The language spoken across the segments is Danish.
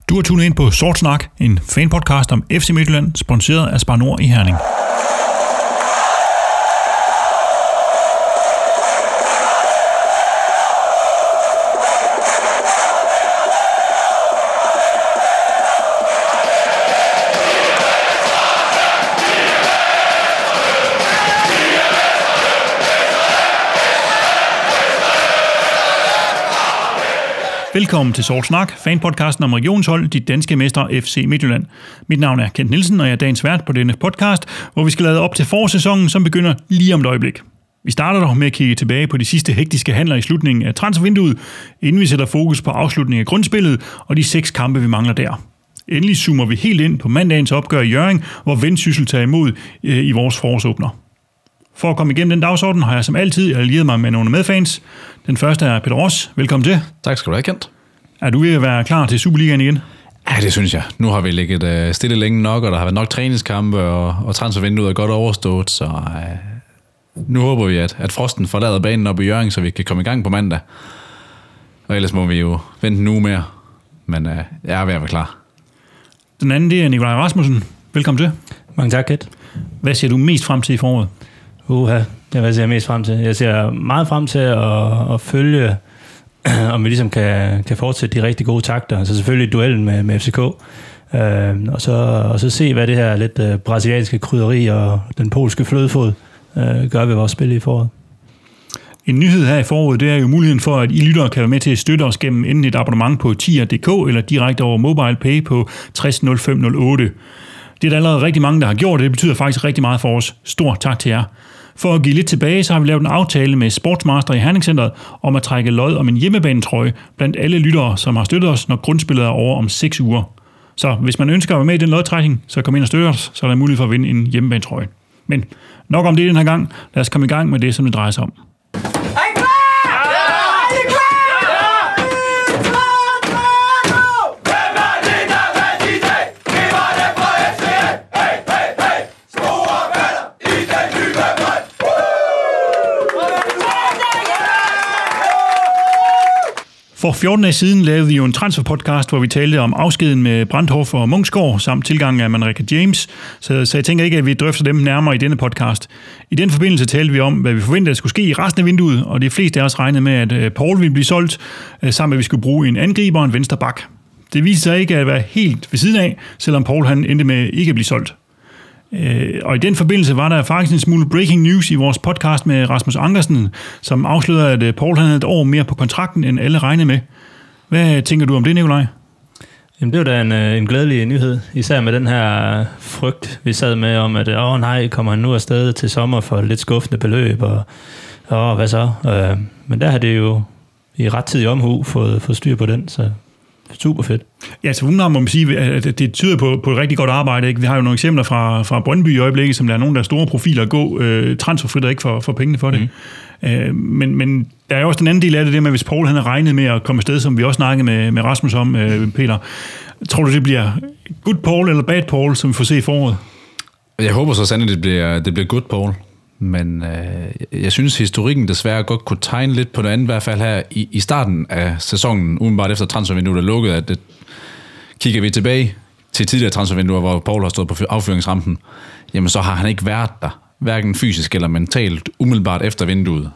Du har tunet ind på Sort Snak, en fanpodcast om FC Midtjylland, sponsoreret af Spar Nord i Herning. Velkommen til Sort Snak, fanpodcasten om regionshold, de danske mestre FC Midtjylland. Mit navn er Kent Nielsen, og jeg er dagens vært på denne podcast, hvor vi skal lade op til forårssæsonen, som begynder lige om et øjeblik. Vi starter dog med at kigge tilbage på de sidste hektiske handler i slutningen af transfervinduet, inden vi sætter fokus på afslutningen af grundspillet og de 6 kampe, vi mangler der. Endelig zoomer vi helt ind på mandagens opgør i Hjørring, hvor Vendsyssel tager imod i vores forårsåbner. For at komme igennem den dagsorden har jeg som altid allieret mig med nogle medfans. Den første er Peter Ross. Velkommen til. Tak skal du have, Kent. Er du ved at være klar til Superligaen igen? Ja, det synes jeg. Nu har vi ligget stille længe nok, og der har været nok træningskampe, og transfervinduet er godt overstået, så nu håber vi, at frosten forlader banen op i Hjørring, så vi kan komme i gang på mandag. Og ellers må vi jo vente en uge mere, men jeg er ved at være klar. Den anden, det er Nikolaj Rasmussen. Velkommen til. Mange tak, Kent. Hvad ser du mest frem til i foråret? Hvad ser jeg mest frem til? Jeg ser meget frem til at følge, om vi ligesom kan fortsætte de rigtig gode takter. Så selvfølgelig duellen med FCK. Og så se, hvad det her lidt brasilianske krydderi og den polske flødefod gør ved vores spil i foråret. En nyhed her i foråret, det er jo muligheden for, at I lyttere kan være med til at støtte os gennem enten et abonnement på tier.dk eller direkte over MobilePay på 600508. Det er der allerede rigtig mange, der har gjort, og det betyder faktisk rigtig meget for os. Stor tak til jer. For at give lidt tilbage, så har vi lavet en aftale med Sportsmaster i Herningscenteret om at trække lod om en hjemmebanetrøje blandt alle lyttere, som har støttet os, når grundspillet er over om 6 uger. Så hvis man ønsker at være med i den lodtrækning, så kom ind og støtte os, så er der mulighed for at vinde en hjemmebanetrøje. Men nok om det den her gang. Lad os komme i gang med det, som det drejer sig om. For 14 dage siden lavede vi jo en transferpodcast, hvor vi talte om afskeden med Brandhoff og Munksgaard, samt tilgangen af Manrika James, så jeg tænker ikke, at vi drøfter dem nærmere i denne podcast. I den forbindelse talte vi om, hvad vi forventede, at skulle ske i resten af vinduet, og de fleste af os regnede med, at Paul ville blive solgt, sammen med, at vi skulle bruge en angriber og en venstre bak. Det viste sig ikke at være helt ved siden af, selvom Paul han endte med ikke at blive solgt. Og i den forbindelse var der faktisk en smule breaking news i vores podcast med Rasmus Ankersen, som afslørede, at Paul havde et år mere på kontrakten, end alle regnede med. Hvad tænker du om det, Nikolaj? Jamen, det var da en glædelig nyhed, især med den her frygt, vi sad med om, at kommer han nu afsted til sommer for lidt skuffende beløb, og hvad så? Men der har det jo i rettidig omhu fået styr på den, så super fedt. Ja, så umiddelbart må man sige, at det tyder på et rigtig godt arbejde. Ikke? Vi har jo nogle eksempler fra Brøndby i øjeblikket, som der er nogle, der er store profiler at gå transferfrit og ikke for pengene for det. Men der er jo også den anden del af det, med hvis Paul han har regnet med at komme afsted, som vi også snakkede med Rasmus om, Peter. Tror du, det bliver good Paul eller bad Paul, som vi får se i foråret? Jeg håber så sandelig, det bliver good Paul. Men jeg synes, historikken desværre godt kunne tegne lidt på det andet, i hvert fald her i starten af sæsonen, umiddelbart efter transfervinduet er lukket, at det kigger vi tilbage til tidligere transfervinduer, hvor Paul har stået på affyringsrampen, jamen så har han ikke været der, hverken fysisk eller mentalt, umiddelbart efter vinduet.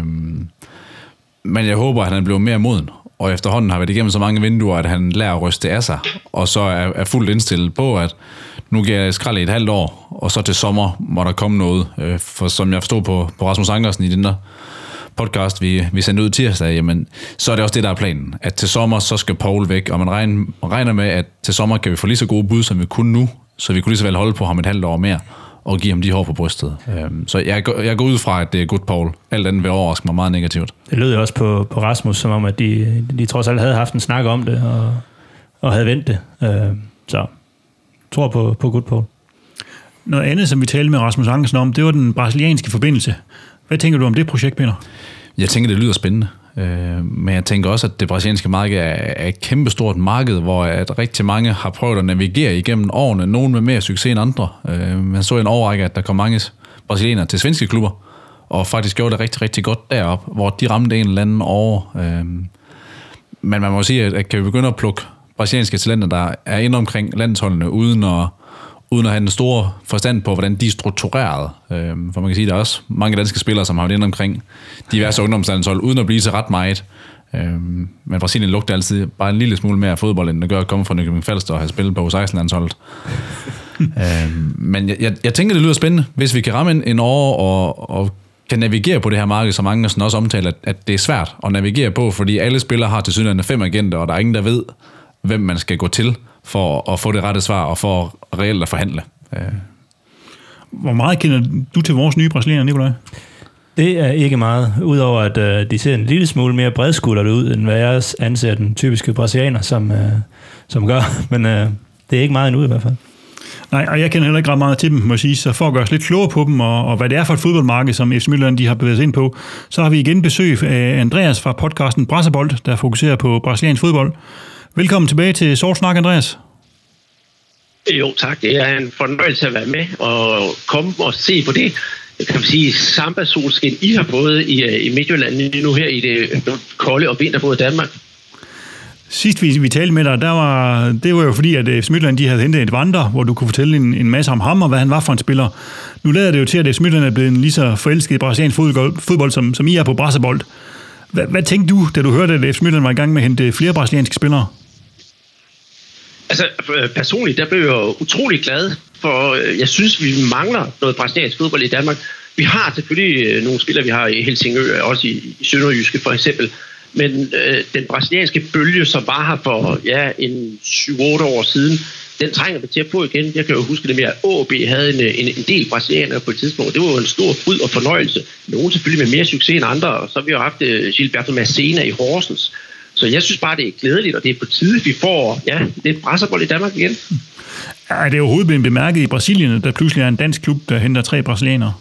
Men jeg håber, at han er blevet mere moden, og efterhånden har været igennem så mange vinduer, at han lærer at ryste af sig, og så er fuldt indstillet på, at nu giver jeg skrald i et halvt år, og så til sommer må der komme noget. For som jeg forstod på Rasmus Ankersen i den der podcast, vi sendte ud tirsdag, jamen, så er det også det, der er planen. At til sommer, så skal Paul væk, og man regner med, at til sommer kan vi få lige så gode bud, som vi kunne nu, så vi kunne lige så vel holde på ham et halvt år mere, og give ham de hår på brystet. Så jeg går ud fra, at det er good Paul. Alt andet vil overraske mig meget negativt. Det lød også på Rasmus, som om, at de trods alt havde haft en snak om det, og havde vendt det. Så tror på good Paul. Noget andet, som vi talte med Rasmus Ankersen om, det var den brasilianske forbindelse. Hvad tænker du om det projekt, Peter? Jeg tænker, det lyder spændende. Men jeg tænker også, at det brasilianske marked er et kæmpestort marked, hvor at rigtig mange har prøvet at navigere igennem årene. Nogle med mere succes end andre. Man så i en overrække, at der kom mange brasilianere til svenske klubber, og faktisk gjorde det rigtig, rigtig godt derop, hvor de ramte en eller anden over. Men man må sige, at kan vi begynde at brasilianske talenter, der er inde omkring landsholdene, uden at have en stor forstand på, hvordan de er struktureret. For man kan sige, at der er også mange danske spillere, som har været inde omkring diverse ungdomslandshold, uden at blive så ret meget. Men Brasilien lugter altid bare en lille smule mere fodbold, end det gør at komme fra Nykøbing Falster og have spillet på U16-landsholdet. Men jeg tænker, det lyder spændende, hvis vi kan ramme en år og kan navigere på det her marked, som mange også omtaler, at det er svært at navigere på, fordi alle spillere har til synligheden 5 agenter, og der er ingen, der ved, hvem man skal gå til for at få det rette svar og for reelt at forhandle. Hvor meget kender du til vores nye brasilianer, Nikolaj? Det er ikke meget, udover at de ser en lille smule mere bredskuldret ud, end hvad jeg anser den typiske brasilianer, som gør. Men det er ikke meget endnu i hvert fald. Nej, og jeg kender heller ikke ret meget til dem, må jeg sige, så for at gøre os lidt klogere på dem, og hvad det er for et fodboldmarked, som FC Midtjylland de har bevæget sig ind på, så har vi igen besøg af Andreas fra podcasten Brasserbold, der fokuserer på brasiliansk fodbold. Velkommen tilbage til Sort Snak, Andreas. Jo, tak. Det er en fornøjelse at være med og komme og se på det, kan man sige, samba-solskin, I har fået i Midtjylland nu her i det kolde og vinterbåde Danmark. Sidst vi talte med dig, det var jo fordi, at FC Midtjylland de havde hentet et vandrer, hvor du kunne fortælle en masse om ham og hvad han var for en spiller. Nu lader det jo til, at FC Midtjylland er blevet en lige så forelsket i brasiliansk fodbold, som I er på Brasserbold. Hvad tænkte du, da du hørte, at FC Midtjylland var i gang med at hente flere brasilianske spillere? Altså personligt, der blev jeg utrolig glad, for jeg synes, vi mangler noget brasiliansk fodbold i Danmark. Vi har selvfølgelig nogle spillere, vi har i Helsingør, også i Sønderjyske for eksempel. Men den brasilianske bølge, som var her for en 7-8 år siden, den trænger vi til at få igen. Jeg kan jo huske det med, at AaB havde en del brasilianere på et tidspunkt. Det var jo en stor fryd og fornøjelse. Nogle selvfølgelig med mere succes end andre, og så har vi jo haft Gilberto Macena i Horsens. Så jeg synes bare, det er glædeligt, og det er på tide, at vi får lidt Brasserbold i Danmark igen. Er det overhovedet blevet bemærket i Brasilien, der pludselig er en dansk klub, der henter 3 brasilianere?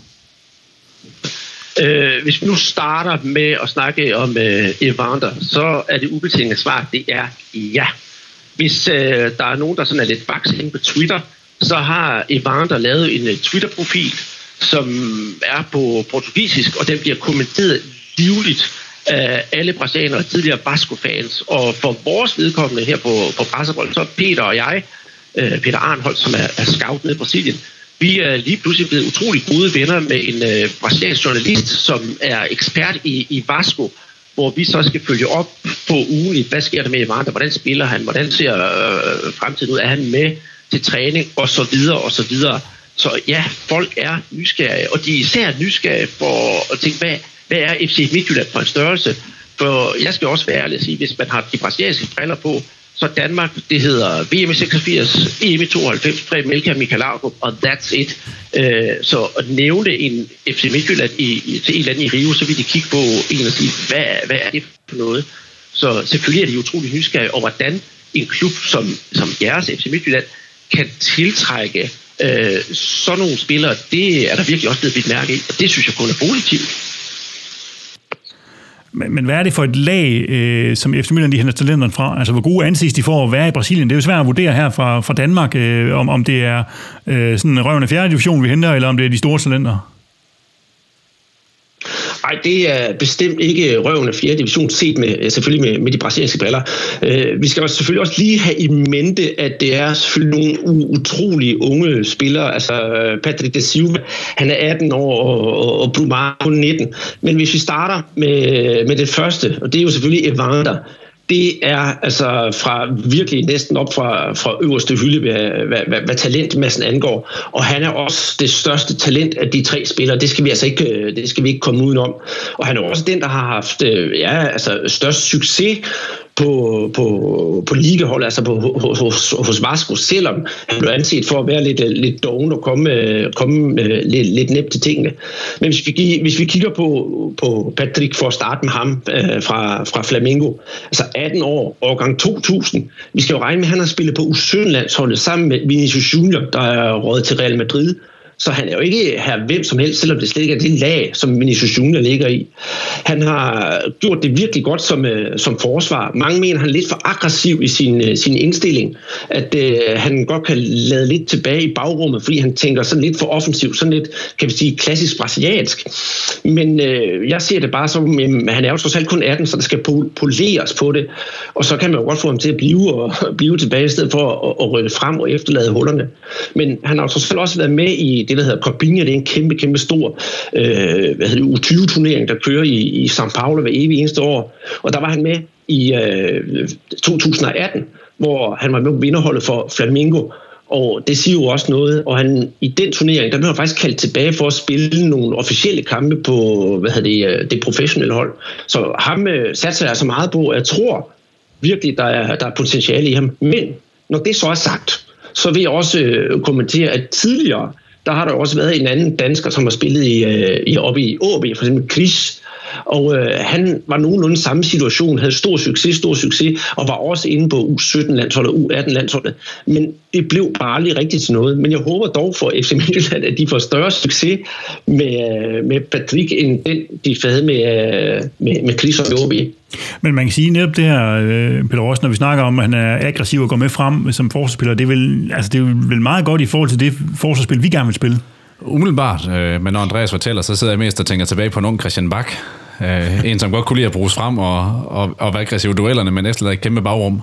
Hvis vi nu starter med at snakke om Evander, så er det ubetinget svar, det er ja. Hvis der er nogen, der sådan er lidt bakse inde på Twitter, så har Evander lavet en Twitter-profil, som er på portugisisk, og den bliver kommenteret livligt af alle brasilianere, tidligere Vasco-fans. Og for vores vedkommende her på Brasserbold, så er Peter og jeg, Peter Arnholdt, som er scout nede i Brasilien, vi er lige pludselig blevet utrolig gode venner med en brasiliansk journalist, som er ekspert i Vasco, hvor vi så skal følge op på ugenligt, hvad sker der med Evander, hvordan spiller han, hvordan ser fremtiden ud, er han med til træning, og så videre, og så videre. Så ja, folk er nysgerrige, og de er især nysgerrige for at tænke, hvad er FC Midtjylland for en størrelse? For jeg skal også være ærlig at sige, hvis man har de brasilianske briller på, så Danmark, det hedder VM i 86, EM i 92, Preben Melka, Michael Laudrup, og that's it. Så at nævne en FC Midtjylland til en eller anden i Rio, så vil de kigge på en og sige, hvad er det for noget? Så selvfølgelig er de utrolig nysgerrige over, hvordan en klub som jeres FC Midtjylland kan tiltrække sådan nogle spillere. Det er der virkelig også blevet bidt mærke i, og det synes jeg kun er positivt. Men hvad er det for et lag, som FC Midtjylland de henter talenterne fra? Altså, hvor gode anses de for at være i Brasilien? Det er jo svært at vurdere her fra Danmark, om det er sådan en røvende 4. division, vi henter, eller om det er de store talenter. Nej, det er bestemt ikke røvende 4. division, set selvfølgelig med de brasilianske briller. Vi skal selvfølgelig også lige have i mente, at det er selvfølgelig nogle utrolige unge spillere. Altså Patrick da Silva, han er 18 år, og Brumar kun 19. Men hvis vi starter med det første, og det er jo selvfølgelig Evander, det er altså fra virkelig næsten op fra øverste hylde, hvad talentmassen angår. Og han er også det største talent af de 3 spillere. Det skal vi ikke komme udenom. Og han er også den, der har haft størst succes på ligahold, altså hos Vasco, selvom han blev anset for at være lidt doven og komme lidt nemt til tingene. Men hvis vi kigger på Patrick, for at starte med ham fra Flamengo, altså 18 år, årgang 2000, vi skal jo regne med, at han har spillet på U17-landsholdet sammen med Vinicius Junior, der er rådet til Real Madrid. Så han er jo ikke her hvem som helst, selvom det slet ikke er det lag, som Vinicius Junior ligger i. Han har gjort det virkelig godt som forsvar. Mange mener, han er lidt for aggressiv i sin indstilling, at han godt kan lade lidt tilbage i bagrummet, fordi han tænker sådan lidt for offensivt, sådan lidt, kan vi sige, klassisk brasiliansk. Men jeg ser det bare som, han er jo trods alt kun 18, så der skal poleres på det, og så kan man jo godt få ham til at blive tilbage, i stedet for at rykke frem og efterlade hullerne. Men han har trods alt også været med i det, der hedder Copinha. Det er en kæmpe, kæmpe stor U20-turnering, der kører i São Paulo hver evig eneste år. Og der var han med i 2018, hvor han var med på vinderholdet for Flamengo. Og det siger jo også noget, og han i den turnering, der blev han faktisk kaldt tilbage for at spille nogle officielle kampe på det professionelle hold. Så ham satser jeg så meget på, at jeg tror virkelig, der er potentiale i ham. Men når det så er sagt, så vil jeg også kommentere, at tidligere, der har der også været en anden dansker, som har spillet oppe i AB, for eksempel Chris. Og han var nogenlunde samme situation, havde stor succes, og var også inde på U17-landsholdet og U18-landsholdet. Men det blev bare aldrig rigtigt til noget. Men jeg håber dog for FC Midtjylland, at de får større succes med Patrick, end den, de havde med Chris og OB. Men man kan sige netop det her, Peter Ross, når vi snakker om, at han er aggressiv og går med frem som forsvarsspiller, det er vel meget godt i forhold til det forsvarsspil, vi gerne vil spille. Umiddelbart, men når Andreas fortæller, så sidder jeg mest og tænker tilbage på en ung Christian Bak. En, som godt kunne lide at bruges frem og være aggressiv i duellerne, men efterlader et kæmpe bagrum.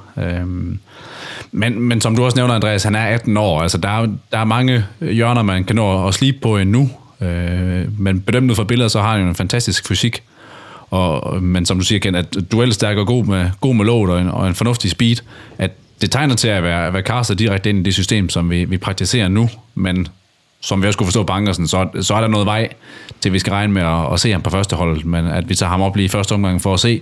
Men som du også nævner, Andreas, han er 18 år. Altså, der er mange hjørner, man kan nå at slibe på endnu. Men bedømt ud fra billedet, så har han jo en fantastisk fysik. Men som du siger, Ken, at duelstærk og god med load og en fornuftig speed, at det tegner til at være kastet direkte ind i det system, som vi praktiserer nu, men som vi også kunne forstå på Ankersen, så er der noget vej til, vi skal regne med at se ham på første hold, men at vi tager ham op lige i første omgang for at se,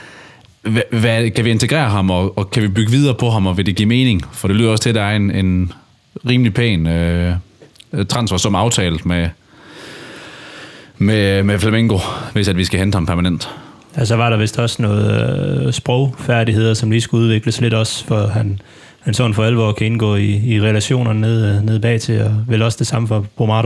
hvad kan vi integrere ham, og kan vi bygge videre på ham, og vil det give mening? For det lyder også til, at der er en rimelig pæn transfer som aftalt med Flamengo, hvis at vi skal hente ham permanent. Altså var der vist også noget sprogfærdigheder, som lige skulle udvikles lidt også, for han sådan for alvor kan indgå i relationer nede bag til, og vel også det samme for Brumado.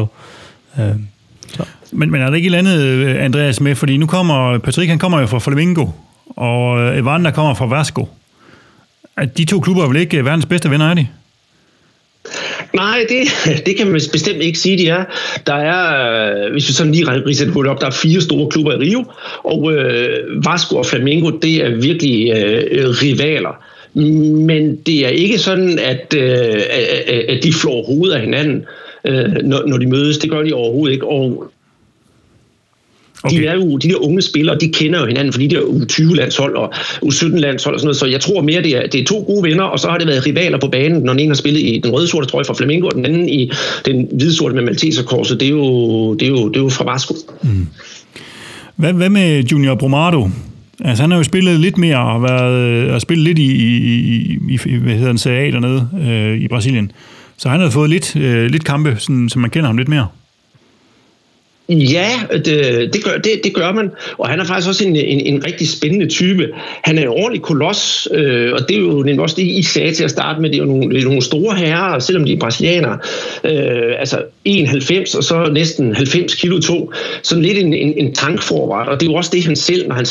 Men er der ikke et andet, Andreas, med? Fordi nu kommer Patrick, han kommer jo fra Flamengo, og Evander kommer fra Vasco. De to klubber er vel ikke verdens bedste venner, er de? Nej, det kan man bestemt ikke sige, de er. Der er, hvis vi sådan lige ridser det op, der er 4 store klubber i Rio, og Vasco og Flamengo, det er virkelig rivaler. Men det er ikke sådan, at de flår hovedet af hinanden, når de mødes. Det gør de overhovedet ikke. Og okay. De er jo de der unge spillere, de kender jo hinanden, fordi de er U20-landshold og U17-landshold og sådan noget. Så jeg tror mere, det er 2 gode venner, og så har det været rivaler på banen, når den ene har spillet i den røde-sorte trøje fra Flamengo, og den anden i den hvide-sorte med Malteserkorset. Det er jo fra Vasco. Mm. Hvad med Junior Brumado? Altså, han har jo spillet lidt mere og spillet lidt i hvad hedder den, Serie A dernede i Brasilien. Så han har fået lidt kampe, sådan, så man kender ham lidt mere. Ja, det gør man, og han er faktisk også en rigtig spændende type. Han er en ordentlig kolos, og det er jo også det, I sagde til at starte med. Det er jo nogle store herrer, selvom de er brasilianere. Altså 91 og så næsten 90 kilo 2. Sådan lidt en tankforward, og det er jo også det, han selv, når han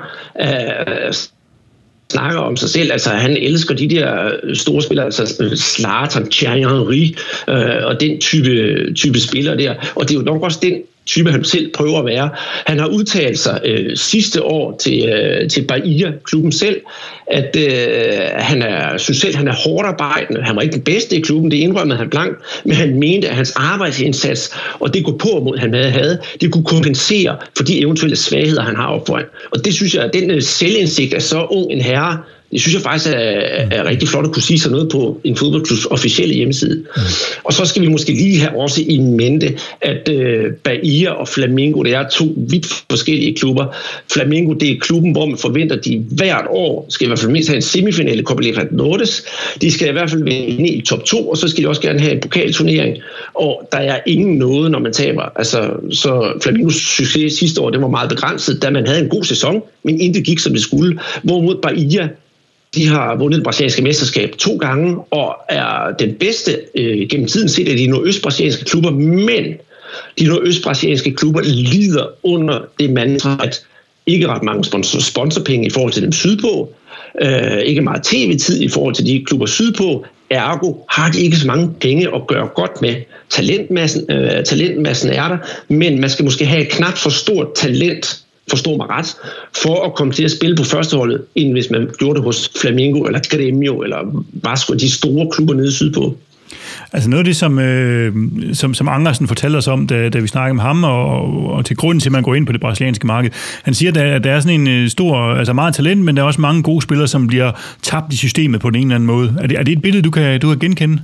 snakker om sig selv. Altså, han elsker de der store spillere, altså Zlatan, Thierry Henry og den type spillere der. Og det er jo nok også den type, han selv prøver at være. Han har udtalt sig sidste år til Bahia, klubben selv, at synes selv, han er hårdt arbejdende. Han var ikke den bedste i klubben, det indrømmede han blankt, men han mente, at hans arbejdsindsats og det går på mod, han havde, det kunne kompensere for de eventuelle svagheder, han har op foran. Og det synes jeg, at den selvindsigt af så ung en herre, det synes jeg faktisk er rigtig flot at kunne sige sig noget på en fodboldklubs officielle hjemmeside. Og så skal vi måske lige have også i mente, at Bahia og Flamengo, det er 2 vidt forskellige klubber. Flamengo, det er klubben, hvor man forventer, at de hvert år skal i hvert fald mindst have en semifinale Copa Libertadores. De skal i hvert fald vinde i top 2, og så skal de også gerne have en pokalturnering. Og der er ingen noget, når man taber. Altså, så Flamengos succes sidste år, det var meget begrænset, da man havde en god sæson, men intet gik, som det skulle. Hvorimod Bahia, De har vundet det brasilianske mesterskab 2 gange, og er den bedste gennem tiden set af de nordøstbrasilianske klubber, men de nordøstbrasilianske klubber lider under det mantra, at ikke ret mange sponsorpenge i forhold til dem sydpå, ikke meget tv-tid i forhold til de klubber sydpå, ergo har de ikke så mange penge at gøre godt med. Talentmassen er der, men man skal måske have et knap for stort talent, forstår mig ret, for at komme til at spille på førsteholdet, end hvis man gjorde det hos Flamengo eller Grêmio eller Vasco, de store klubber nede sydpå. Altså noget af det, som Angersen fortalte os om, da vi snakkede med ham, og til grunden til, at man går ind på det brasilianske marked. Han siger, at der er sådan en stor, altså meget talent, men der er også mange gode spillere, som bliver tabt i systemet på den ene eller anden måde. Er det et billede, du kan genkende?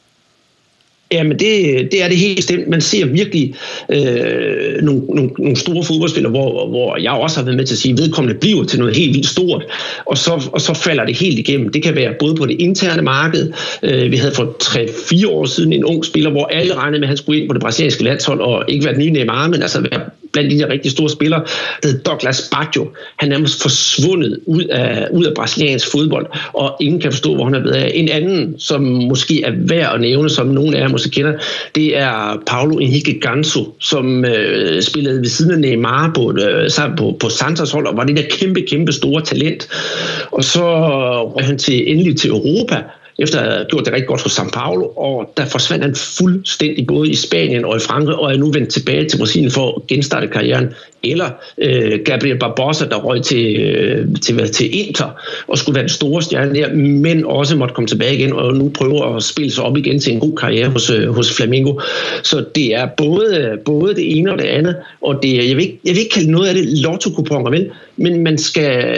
Jamen det er det helt bestemt. Man ser virkelig nogle store fodboldspillere, hvor jeg også har været med til at sige, at vedkommende bliver til noget helt vildt stort, og så falder det helt igennem. Det kan være både på det interne marked. Vi havde for 3-4 år siden en ung spiller, hvor alle regnede med, at han skulle ind på det brasilianske landshold, og ikke være den nye Neymar, men altså være blandt de der rigtig store spillere, der hed Douglas Baggio. Han er nærmest forsvundet ud af brasiliansk fodbold, og ingen kan forstå, hvor han er blevet af. En anden, som måske er værd at nævne, som nogen af jer måske kender, det er Paulo Henrique Ganso, som spillede ved siden af Neymar på Santos hold, og var det der kæmpe store talent. Og så røg han endelig til Europa, efter at have gjort det rigtig godt hos São Paulo, og der forsvandt han fuldstændig både i Spanien og i Frankrig, og er nu vendt tilbage til Brasilien for at genstarte karrieren. Eller Gabriel Barbosa, der røg til Inter og skulle være den store stjerne der, men også måtte komme tilbage igen og nu prøve at spille sig op igen til en god karriere hos Flamengo. Så det er både det ene og det andet, og det er, jeg vil ikke kalde noget af det lotto-kuponer, vel, men man skal,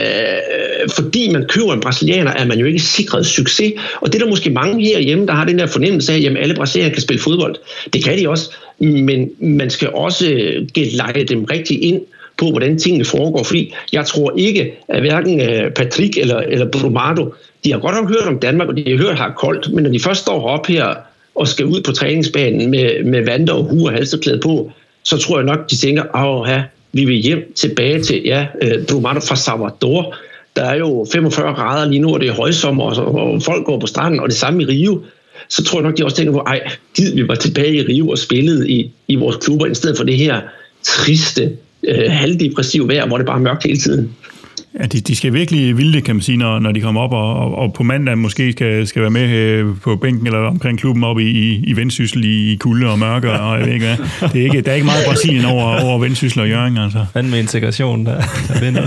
fordi man køber en brasilianer, er man jo ikke sikret succes, og det er der måske mange herhjemme, der har den der fornemmelse af, at alle brasilianere kan spille fodbold. Det kan de også, men man skal også lege dem rigtig ind på, hvordan tingene foregår, fordi jeg tror ikke, at hverken Patrick eller Brumado, de har godt nok hørt om Danmark, og de har hørt, at det har koldt, men når de først står op her og skal ud på træningsbanen med vanter og hue og halsterklæde på, så tror jeg nok, de tænker, vi vil hjem tilbage til Brumado fra Salvador. Der er jo 45 grader lige nu, og det er højsommer, og folk går på stranden, og det samme i Rio. Så tror jeg nok, de også tænker på, vi var tilbage i Rio og spillede i vores klubber, i stedet for det her triste, halvdepressive vejr, hvor det bare er mørkt hele tiden. Ja, de skal virkelig ville det, kan man sige, når de kommer op, og på mandag måske skal være med på bænken eller omkring klubben op i Vendsyssel i kulde og mørke, og jeg ved ikke hvad. Der er ikke meget Brasilien over Vendsyssel og Hjørring, altså. Hvad med integration, der vinder?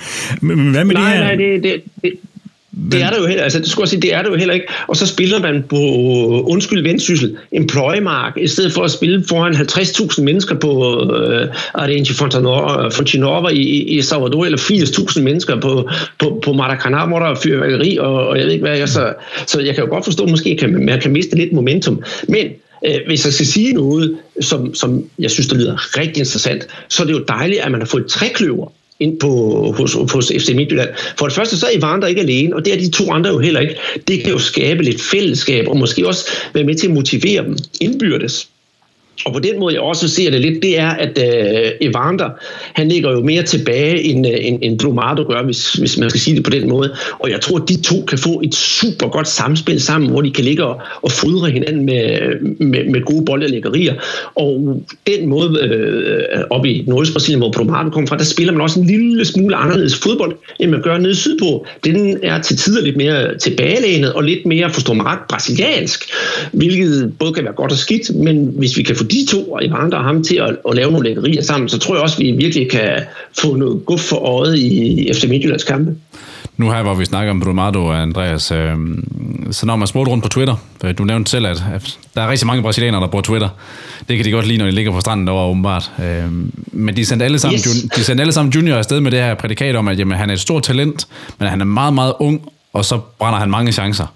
Men hvad med det her? Nej, det er der jo heller, altså det skulle jeg sige, det er der jo heller ikke. Og så spiller man på Vendsyssel, en pløjemark, i stedet for at spille foran 50.000 mennesker på Arena Fontinova i Salvador, eller 80.000 mennesker på Maracanã, hvor der er fyrværkeri, og jeg ved ikke hvad. Så jeg kan jo godt forstå, måske man kan miste lidt momentum. Men hvis jeg skal sige noget, som jeg synes, der lyder rigtig interessant, så er det jo dejligt, at man har fået et trekløver ind hos FC Midtjylland. For det første, så er Evander ikke alene, og det er de to andre jo heller ikke. Det kan jo skabe lidt fællesskab, og måske også være med til at motivere dem indbyrdes. Og på den måde, jeg også ser det lidt, det er, at Evander, han ligger jo mere tilbage, end Brumado gør, hvis man skal sige det på den måde. Og jeg tror, at de to kan få et super godt samspil sammen, hvor de kan ligge og fodre hinanden med gode boldelæggerier. Og den måde, oppe i Nordøstbrasilien, hvor Brumado kommer fra, der spiller man også en lille smule anderledes fodbold, end man gør nede sydpå. Den er til tider lidt mere tilbagelænet, og lidt mere, forstår man ret, brasiliansk, hvilket både kan være godt og skidt, men hvis vi kan få de to og Evander og ham til at lave nogle lækkerier sammen, så tror jeg også, at vi virkelig kan få noget guf for øjet i FC Midtjyllands kampe. Nu her, hvor vi snakker om Brumado og Andreas, så når man spurgte rundt på Twitter, du nævnte selv, at der er rigtig mange brasilianere, der bruger Twitter. Det kan de godt lide, når de ligger på stranden derovre, åbenbart. Men de sendte alle sammen Junior afsted med det her prædikat om, at jamen, han er et stort talent, men han er meget, meget ung, og så brænder han mange chancer.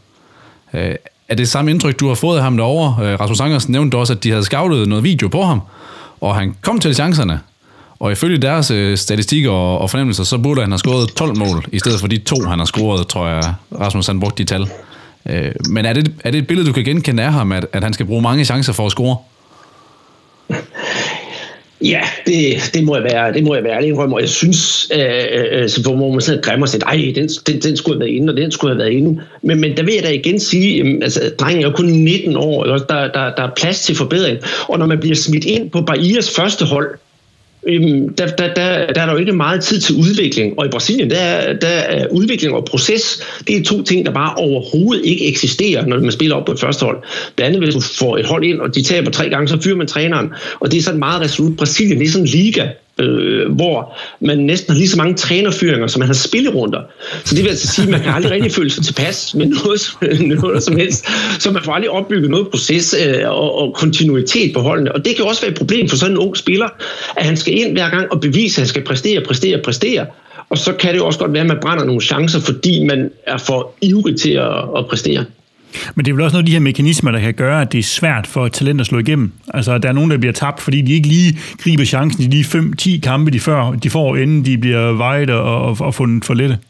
Er det samme indtryk, du har fået af ham derovre? Rasmus Angersen nævnte også, at de havde scoutet noget video på ham, og han kom til chancerne. Og ifølge deres statistikker og fornemmelser, så burde han have scoret 12 mål, i stedet for de 2, han har scoret, tror jeg, Rasmus han brugte de tal. Men er det et billede, du kan genkende af ham, at han skal bruge mange chancer for at score? Ja, det må jeg være ærlig indrømme, og jeg synes, hvor man sådan græmmer sig, den skulle have været inde, og den skulle have været inde. Men der vil jeg da igen sige, altså drengen er jo kun 19 år, der er plads til forbedring, og når man bliver smidt ind på Bahias første hold, der er der jo ikke meget tid til udvikling, og i Brasilien, der er udvikling og proces, det er to ting, der bare overhovedet ikke eksisterer, når man spiller op på et første hold. Blandt andet, hvis du får et hold ind, og de taber 3 gange, så fyrer man træneren, og det er sådan meget resolut. Brasilien, det er sådan en liga, hvor man næsten har lige så mange trænerfyringer, som man har spillerunder. Så det vil altså sige, at man kan aldrig rigtig føle sig tilpas med noget som helst, så man får aldrig opbygget noget proces og kontinuitet på holdene. Og det kan også være et problem for sådan en ung spiller, at han skal ind hver gang og bevise, at han skal præstere. Og så kan det jo også godt være, at man brænder nogle chancer, fordi man er for ivrig til at præstere. Men det er vel også noget af de her mekanismer, der kan gøre, at det er svært for et talent at slå igennem. Altså, der er nogen, der bliver tabt, fordi de ikke lige griber chancen i de 5-10 kampe, de får, inden de bliver vejet og fundet for lette.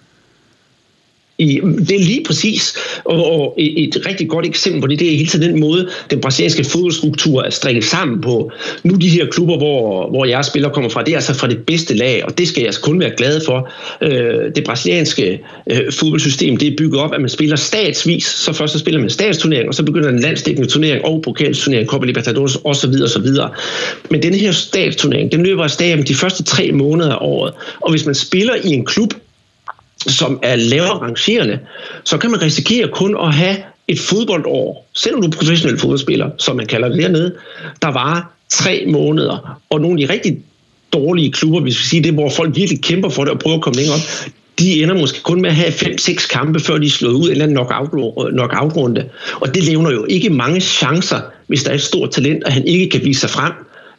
Det er lige præcis, og et rigtig godt eksempel på det er hele tiden den måde, den brasilianske fodboldstruktur er strikket sammen på. Nu de her klubber, hvor jeres spillere kommer fra, det er altså fra det bedste lag, og det skal jeg altså kun være glad for. Det brasilianske fodboldsystem, det er bygget op, at man spiller statsvis, så først så spiller man statsturnering, og så begynder en landsdækkende turnering og pokalturnering, Copa Libertadores osv. Men denne her statsturnering, den løber af staben de første 3 måneder af året, og hvis man spiller i en klub, som er lavere rangerende, så kan man risikere kun at have et fodboldår, selvom du er professionel fodboldspiller, som man kalder det dernede, der varer 3 måneder. Og nogle af de rigtig dårlige klubber, hvis vi siger det, hvor folk virkelig kæmper for det og prøver at komme længere op, de ender måske kun med at have 5-6 kampe, før de er slået ud i en eller anden knockout-runde. Og det levner jo ikke mange chancer, hvis der er et stort talent, og han ikke kan vise sig frem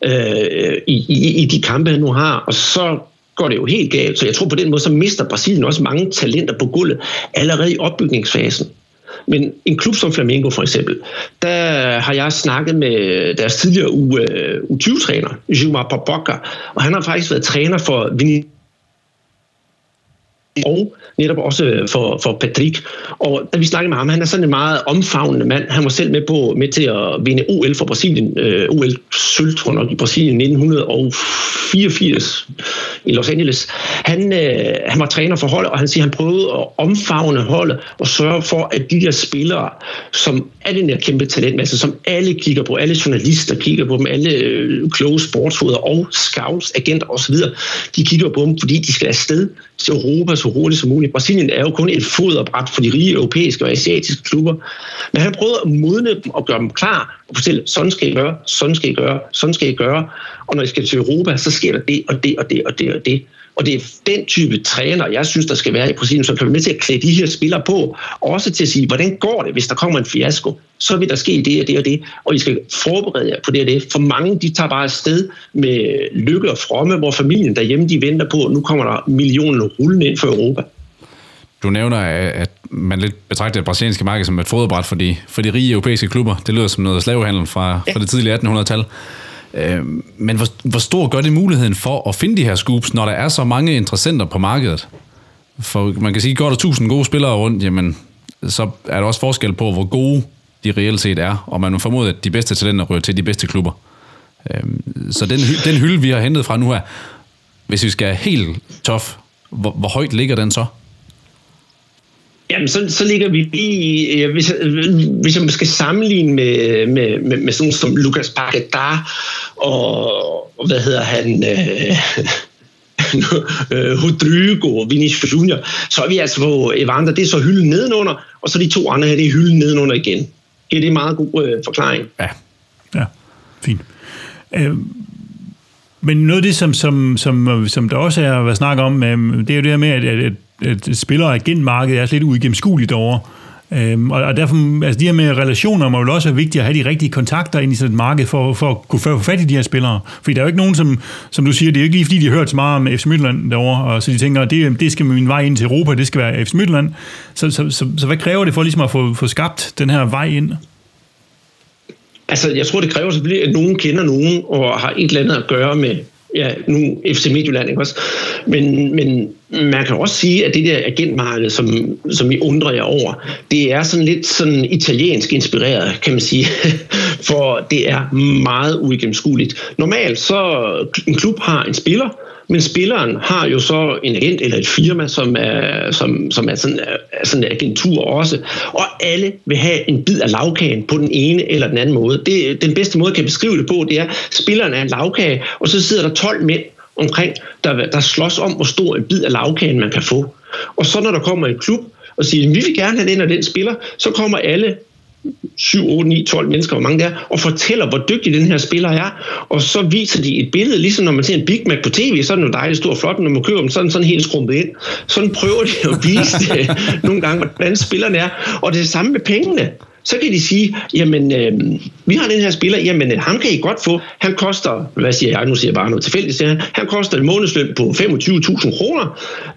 i de kampe, han nu har. Og så går det jo helt galt. Så jeg tror på den måde, så mister Brasilien også mange talenter på gulvet allerede i opbygningsfasen. Men en klub som Flamengo for eksempel, der har jeg snakket med deres tidligere U20-træner, Gilmar Papoca, og han har faktisk været træner for Vinicius og netop også for Patrick. Og da vi snakkede med ham, han er sådan en meget omfavnende mand. Han var selv med til at vinde OL for Brasilien, OL-sølv, tror jeg nok, i Brasilien 1984 i Los Angeles. Han var træner for holdet, og han siger, at han prøvede at omfavne holdet og sørge for, at de der spillere, som er den der kæmpe talentmasse, som alle kigger på, alle journalister kigger på dem, alle kloge sportshoveder og scouts, agenter osv., de kigger på dem, fordi de skal afsted til Europa så hurtigt som muligt. Brasilien er jo kun et foderbræt for de rige europæiske og asiatiske klubber. Men han prøvede at modne dem og gøre dem klar og fortælle, sådan skal I gøre, sådan skal I gøre, sådan skal I gøre. Og når I skal til Europa, så sker der det og det og det og det og det. Og det er den type træner, jeg synes, der skal være i Brasilien, som kan være med til at klæde de her spillere på, og også til at sige, hvordan går det, hvis der kommer en fiasko, så vil der ske det og det og det, og I skal forberede jer på det og det. For mange, de tager bare afsted med lykke og fromme, hvor familien derhjemme, de venter på, og nu kommer der millioner rullende ind for Europa. Du nævner, at man lidt betragter det brasilianske marked som et foderbræt for de rige europæiske klubber. Det lyder som noget slavehandel fra det tidlige 1800-tal. Men hvor stor gør det muligheden for at finde de her scoops, når der er så mange interessenter på markedet? For man kan sige, går der 1000 gode spillere rundt, jamen, så er der også forskel på, hvor gode de reelt set er, og man må formode, at de bedste talenter ryger til de bedste klubber. Så den hylde, vi har hentet fra nu her, hvis vi skal have helt tough, hvor højt ligger den så? Jamen, så ligger vi lige, hvis jeg skal sammenligne med sådan som Lucas Paquetá og hvad hedder han, Rodrigo, Vinicius Junior, så er vi altså på Evander, det er så hylden nedenunder, og så de 2 andre her, det er hylden nedenunder igen. Det er en meget god forklaring. Ja, fint. Men noget af det, som der også er at snakke om, det er jo det her med, at spillere og agentmarkedet er lidt uigennemskueligt derovre. Og derfor, altså de her med relationer må jo også være vigtigt at have de rigtige kontakter ind i sådan et marked for at kunne få fat i de her spillere. Fordi der er jo ikke nogen, som du siger, det er jo ikke lige fordi, de har hørt så meget om FC Midtjylland derovre, og så de tænker, at det skal min vej ind til Europa, det skal være FC Midtjylland. Så hvad kræver det for ligesom at få skabt den her vej ind? Altså, jeg tror, det kræver selvfølgelig, at nogen kender nogen, og har et eller andet at gøre med, nu FC Midtjylland, ikke også? Men man kan også sige, at det der agentmarked, som I undrer jer over, det er sådan lidt sådan italiensk inspireret, kan man sige, for det er meget uigennemskueligt. Normalt så en klub har en spiller, men spilleren har jo så en agent eller et firma, som er sådan en agentur også, og alle vil have en bid af lagkagen på den ene eller den anden måde. Den bedste måde, kan beskrive det på, det er, at spilleren er en lagkage, og så sidder der 12 mænd omkring, der slås om, hvor stor en bid af lagkagen man kan få. Og så når der kommer en klub og siger, vi vil gerne have den og den spiller, så kommer alle 7, 8, 9, 12 mennesker, hvor mange der er, og fortæller, hvor dygtig den her spiller er, og så viser de et billede, ligesom når man ser en Big Mac på tv, så er den jo dejligt stor og flot, når man køber dem, så er den sådan helt skrumpet ind. Sådan prøver de at vise det nogle gange, hvordan spillerne er, og det er det samme med pengene. Så kan de sige, jamen, vi har den her spiller, jamen, ham kan I godt få. Han koster, hvad siger jeg, nu siger jeg bare noget tilfældigt, siger han koster en månedsløn på 25.000 kroner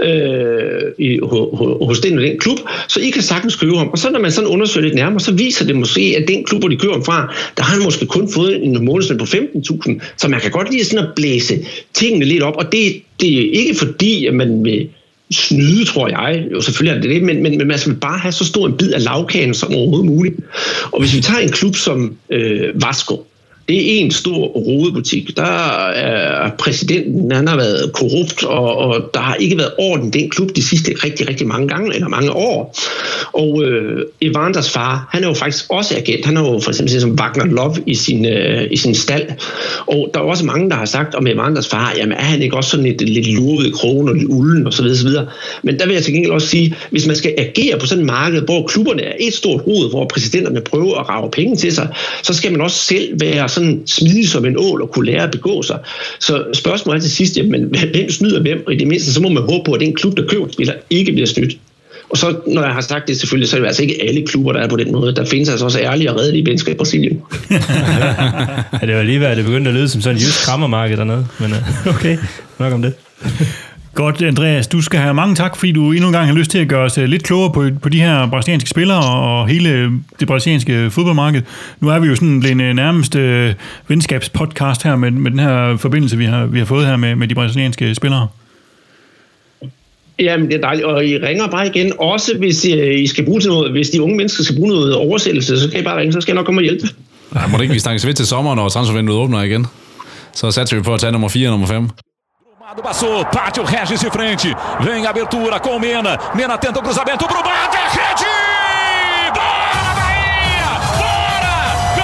hos den og den klub, så I kan sagtens købe ham. Og så når man sådan undersøger lidt nærmere, så viser det måske, at den klub, hvor de køber ham fra, der har han måske kun fået en månedsløn på 15.000, så man kan godt lide sådan at blæse tingene lidt op, og det er ikke fordi, at man vil snyde, tror jeg. Jo, selvfølgelig er det det, men man skal bare have så stor en bid af lagkagen som overhovedet muligt. Og hvis vi tager en klub som Vasco, det er en stor rodebutik. Der er præsidenten, han har været korrupt, og der har ikke været orden i den klub de sidste rigtig, rigtig mange gange, eller mange år. Og Evanders far, han er jo faktisk også agent. Han er jo for eksempel som Wagner Love i sin stald. Og der er også mange, der har sagt om Evanders far, jamen er han ikke også sådan lidt lurvet i krogen og lidt ulden og så videre. Men der vil jeg til gengæld også sige, hvis man skal agere på sådan et marked, hvor klubberne er et stort hoved, hvor præsidenterne prøver at rage penge til sig, så skal man også selv være sådan smidig som en ål og kunne lære at begå sig. Så spørgsmålet er til sidst, jamen, hvem snyder hvem? Og i det mindste, så må man håbe på, at den klub, der køber spiller, ikke bliver snydt. Og så, når jeg har sagt det selvfølgelig, så er det altså ikke alle klubber, der er på den måde. Der findes altså også ærlige og redelige mennesker i Brasilien. Ja, det var lige ved, det begyndte at lyde som sådan en jysk krammermarked dernede. Men okay, nok om det. Godt, Andreas. Du skal have mange tak, fordi du endnu en gang har lyst til at gøre os lidt klogere på de her brasilianske spillere og hele det brasilianske fodboldmarked. Nu er vi jo sådan blevet nærmest venskabspodcast her med den her forbindelse, vi har fået her med de brasilianske spillere. Jamen, det er dejligt, og I ringer bare igen. Også hvis I skal bruge til noget, hvis de unge mennesker skal bruge noget oversættelse, så kan I bare ringe, så skal jeg nok komme og hjælpe. Nej, må det ikke vi snakkes ved til sommer, når transfervinduet åbner igen? Så satser vi på at tage nummer 4 og nummer 5. Passou, Pátio Regis de frente, vem abertura com Mena, Mena tenta o cruzamento pro Bater, rede! Bora, Bahia! Bora!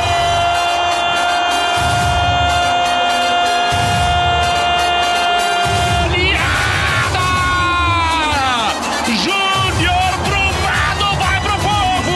Goleada! Júnior Brumado vai pro povo!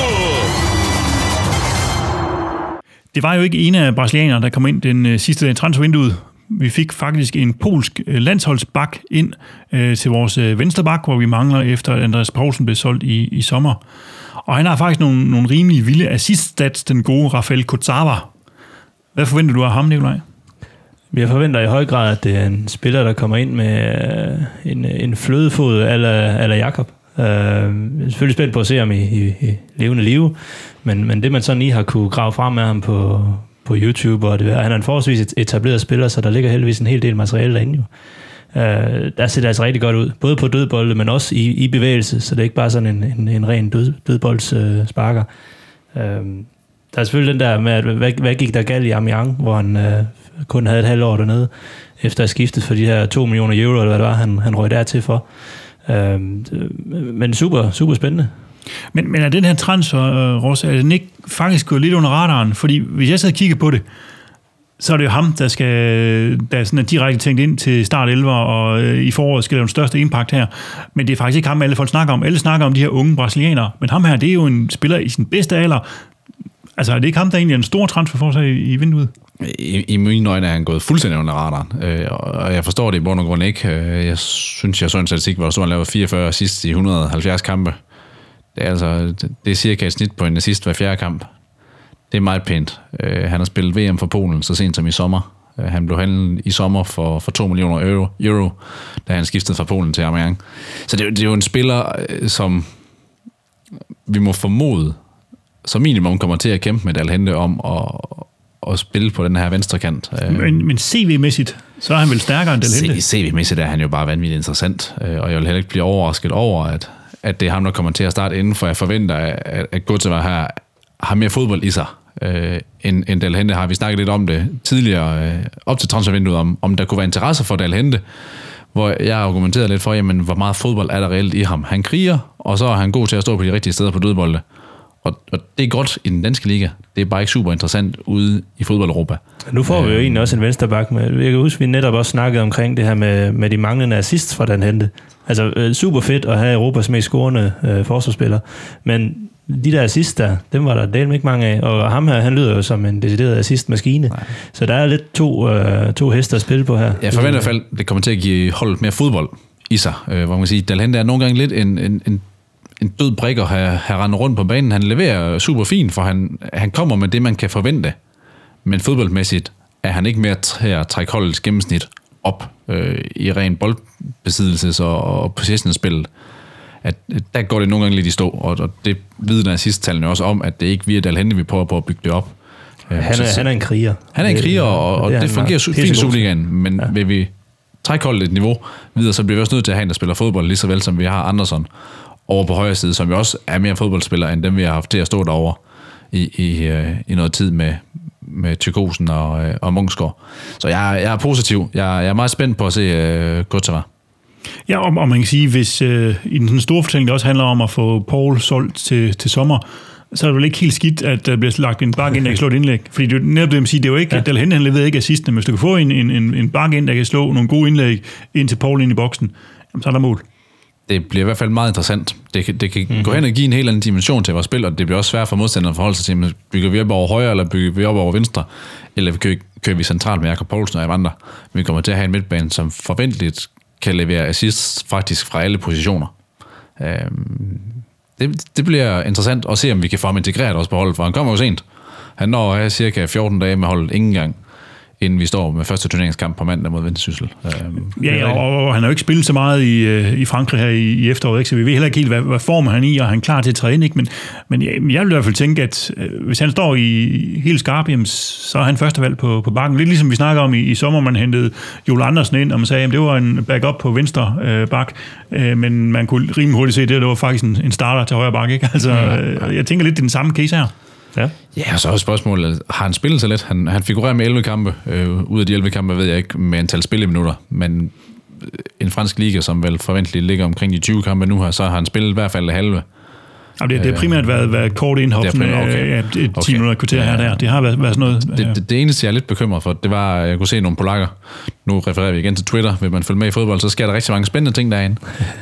Det var jo ikke en af brasilianerne, der kom ind den sidste dag i transfervinduet. Vi fik faktisk en polsk landsholdsbak ind til vores vensterbak, hvor vi mangler efter, at Andreas Poulsen blev solgt i sommer. Og han har faktisk nogle rimelig vilde assist-stats, den gode Rafael Kurzawa. Hvad forventer du af ham, Nikolaj? Jeg forventer i høj grad, at det er en spiller, der kommer ind med en flødefod eller Jakob. Jeg er selvfølgelig spændt på at se ham i levende live, men det man sådan lige har kunne grave frem med ham på YouTube, og han er en forholdsvis etableret spiller, så der ligger heldigvis en hel del materiale derinde jo. Der ser det altså rigtig godt ud, både på dødbolde, men også i bevægelse, så det er ikke bare sådan en ren dødboldssparker. Der er selvfølgelig den der med, at hvad gik der galt i Amiens, hvor han kun havde et halvt år dernede, efter at skiftet for de her 2 millioner euro, eller hvad det var, han røg dertil for. Men super, super spændende. Men er den her transfer, Ross, er den ikke faktisk gået lidt under radaren? Fordi hvis jeg sidder og kigger på det, så er det jo ham, der er sådan direkte tænkt ind til start 11, og i foråret skal lave den største impact her. Men det er faktisk ikke ham, alle folk snakker om. Alle snakker om de her unge brasilianere. Men ham her, det er jo en spiller i sin bedste alder. Altså, er det ikke ham, der egentlig er en stor transfer for sig i vinduet? I mine øjne er han gået fuldstændig under radaren, og jeg forstår det i bund og grund ikke. Jeg synes, jeg så en statistik, hvor der stod, han lavede 44 sidst i 170 kampe. Det er cirka et snit på en assist hver fjerde kamp. Det er meget pænt. Han har spillet VM for Polen så sent som i sommer. Han blev handlet i sommer for 2 millioner euro, da han skiftede fra Polen til Amiens. Så det er jo en spiller, som vi må formode, som minimum kommer til at kæmpe med Dalhente om at spille på den her venstre kant. Men CV-mæssigt, så er han vel stærkere end Del Hente? CV-mæssigt er han jo bare vanvittigt interessant, og jeg vil heller ikke blive overrasket over, at det er ham, der kommer til at starte inden, for jeg forventer, at Kurtovac her har mere fodbold i sig, end Del Hente har. Vi snakket lidt om det tidligere, op til transfervinduet, om der kunne være interesse for Del Hente, hvor jeg argumenterede lidt for, jamen, hvor meget fodbold er der reelt i ham. Han kriger, og så er han god til at stå på de rigtige steder på dødbolde. Og det er godt i den danske liga. Det er bare ikke super interessant ude i fodbold-Europa. Nu får vi jo egentlig også en vensterbak med. Jeg kan huske, vi netop også snakkede omkring det her med de manglende assists fra Den Hente. Altså super fedt at have Europas mest scorende forsvarsspiller. Men de der assists der, dem var der delt ikke mange af. Og ham her, han lyder jo som en decideret assistmaskine. Nej. Så der er lidt to heste at spille på her. Jeg forventer i hvert fald, det kommer til at give holdet mere fodbold i sig. Hvor man kan sige, Del Hente er nogle gange lidt en død brik at have rendt rundt på banen. Han leverer super fint, for han kommer med det, man kan forvente. Men fodboldmæssigt er han ikke mere til at trække holdets gennemsnit op i ren boldbesiddelses- og possession-spillet. Der går det nogle gange lidt i stå, og det vidner assist-tallene også om, at det ikke via Del Hente, vi prøver på at bygge det op. Han er en kriger. Han er en kriger, og det fungerer fint i Superligaen, men vil vi trække holdet et niveau videre, så bliver vi også nødt til at have en, der spiller fodbold, lige så vel som vi har Andersson over på højre side, som jo også er mere fodboldspillere, end dem vi har haft til at stå derovre i noget tid med Thykosen og Munksgaard. Så jeg er positiv. Jeg er meget spændt på at se Kurtovac. Ja, og man kan sige, hvis i den store fortælling det også handler om at få Paul solgt til sommer, så er det vel ikke helt skidt, at der bliver lagt en bak ind, der kan slå et indlæg. Fordi det er netop det, man siger, det er jo ikke, at Del Hente han leverer ikke assisten, men hvis du kan få en bak ind, der kan slå nogle gode indlæg ind til Paul ind i boksen, jamen, så er der mål. Det bliver i hvert fald meget interessant. Det kan gå hen og give en helt anden dimension til vores spil, og det bliver også svært for modstanderne at forholde sig til, bygger vi op over højre, eller bygger vi op over venstre, eller kører vi centralt med Jakob Poulsen og Evander. Vi kommer til at have en midtbane, som forventeligt kan levere assists faktisk fra alle positioner. Det bliver interessant at se, om vi kan få ham integreret også på holdet, for han kommer jo sent. Han når at have cirka 14 dage med holdet ingen gang, inden vi står med første turneringskamp på mandag mod Vendsyssel. Ja, og han har jo ikke spillet så meget i Frankrig her i efteråret, ikke? Så vi ved heller ikke helt, hvad form han i, og han er klar til at træne, ikke? Men jeg vil i hvert fald tænke, at hvis han står i helt skarp, så er han førstevalg på bakken. Lidt ligesom vi snakker om i sommer, man hentede Joel Andersen ind, og man sagde, at det var en backup på venstre bak, men man kunne rimelig hurtigt se, at det var faktisk en starter til højre bak, ikke? Altså, jeg tænker lidt, det er den samme case her. Ja, og så er spørgsmålet, har han spillet så lidt? Han figurerer med 11 kampe. Ud af de 11 kampe ved jeg ikke med antal spilleminutter, men en fransk liga, som vel forventeligt ligger omkring de 20 kampe nu her, så har han spillet i hvert fald det halve. Det har primært været kort indhop, med 10 minutter kvarter her der. Det har været sådan noget. Det eneste, jeg er lidt bekymret for, det var, at jeg kunne se nogle polakker. Nu refererer vi igen til Twitter. Vil man følge med i fodbold, så sker der rigtig mange spændende ting derinde.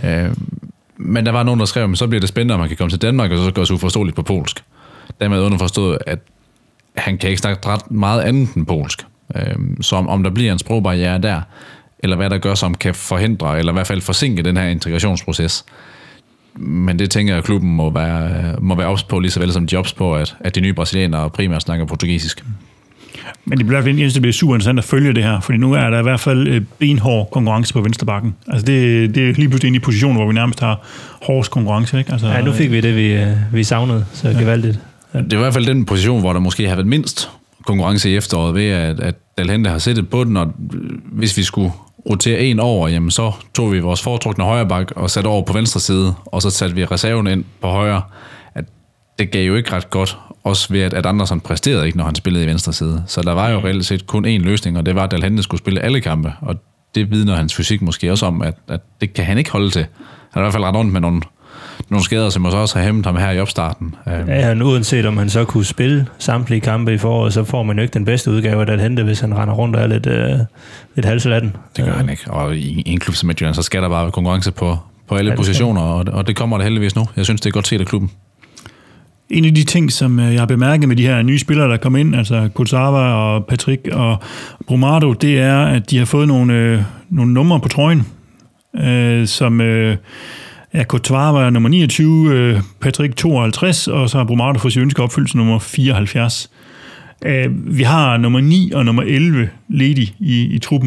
Men der var nogen, der skrev, så bliver det spændende, om man kan komme til Danmark, og så går det uforståeligt på polsk. Dermed underforstået, at han kan ikke snakke ret meget andet end polsk. Så om der bliver en sprogbarriere der, eller hvad der gør, som kan forhindre, eller i hvert fald forsinke den her integrationsproces. Men det tænker jeg, at klubben må være ops på, lige så vel som de ops på, at de nye brasilianere primært snakker portugisisk. Men det bliver super interessant at følge det her, fordi nu er der i hvert fald benhård konkurrence på venstrebakken. Altså det er lige pludselig inde i positionen, hvor vi nærmest har hårdest konkurrence, ikke? Altså, ja, nu fik vi det, vi savnede, så gevaldigt. Ja. Det er i hvert fald den position, hvor der måske har været mindst konkurrence i efteråret, ved at Del Hente har sættet på den, og hvis vi skulle rotere en over, jamen så tog vi vores foretrukne højre bak og satte over på venstre side, og så satte vi reserven ind på højre. At det gav jo ikke ret godt, også ved at Andersen præsterede ikke, når han spillede i venstre side. Så der var jo reelt set kun én løsning, og det var, at Del Hente skulle spille alle kampe, og det vidner hans fysik måske også om, at det kan han ikke holde til. Han har i hvert fald ret rundt med nogle skader, som også har hæmmet ham her i opstarten. Ja, uanset om han så kunne spille samtlige kampe i foråret, så får man jo ikke den bedste udgave af Del Hente, hvis han render rundt og er lidt halvselatten. Det gør han ikke. Og i en klub som Midtjylland, så skal der bare konkurrence på alle positioner, og det kommer der heldigvis nu. Jeg synes, det er godt set af klubben. En af de ting, som jeg har bemærket med de her nye spillere, der kom ind, altså Kurtovac og Patrick og Brumado, det er, at de har fået nogle numre på trøjen, som... Kurtovac var nummer 29, Patrick 52, og så har Brumado fået sin ønske opfyldelse nummer 74. Vi har nummer 9 og nummer 11 ledig i truppen.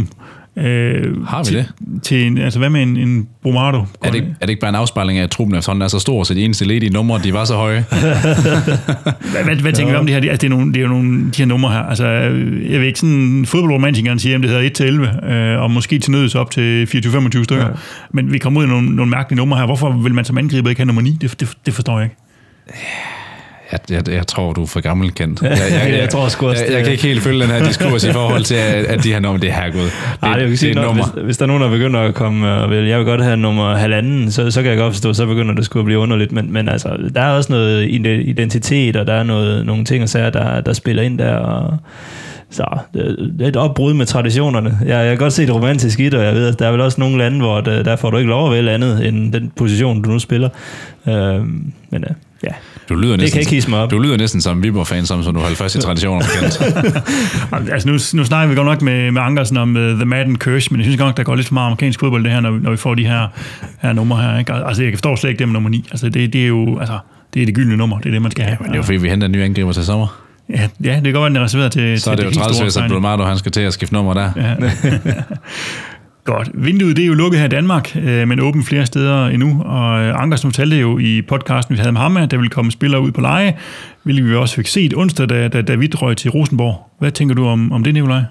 Har vi det? Altså, hvad med en Brumado? Er det ikke bare en afspejling af, at truppen efterhånden er så stor, så de eneste ledige numre, de var så høje? hvad tænker du om det her? Altså, det er jo nogle de her numre her. Altså, jeg ved ikke, sådan fodboldromantikeren siger, at det hedder 1-11, og måske til nøds op til 24-25 stykker. Ja. Men vi kommer ud i nogle mærkelige numre her. Hvorfor vil man som angriber ikke have nummer 9? Det forstår jeg ikke. Jeg tror, du er for gammel, Kent. Jeg tror sgu også, jeg kan ikke helt følge den her diskurs i forhold til, at de her nummer, det er herregud. Det er nummer. Hvis der er nogen, der begynder at komme og jeg vil godt have nummer 1,5, så kan jeg godt forstå, så begynder det sgu at blive underligt. Men altså, der er også noget identitet, og der er nogle ting og sager, der spiller ind der, og så det er et opbrud med traditionerne. Jeg kan godt se det romantisk i det, og jeg ved, at der er vel også nogle lande, hvor der får du ikke lov at vælge andet end den position, du nu spiller. Men ja. Du lyder næsten som Viborg-fan, som du holder fast i traditioner. Altså nu snakker vi godt nok med Ankersen om The Madden Curse, men jeg synes godt nok, der går lidt for meget amerikansk fodbold det her, når vi får de her numre her. Ikke? Altså jeg forstår slet ikke det med nummer 9. Altså det er jo det er det gyldne nummer, det er det, man skal have. Men det er jo fordi, vi henter en ny angriber til sommer. Ja, det kan godt være, den er reserveret til... Så er det jo træls, at Brumado, han skal til at skifte nummer der. Ja. Godt. Vinduet det er jo lukket her i Danmark, men åbent flere steder endnu. Og Ankersen fortalte jo i podcasten, vi havde med ham, at der ville komme spillere ud på leje, hvilket vi også fik set onsdag, da David røg til Rosenborg. Hvad tænker du om det, Nikolaj?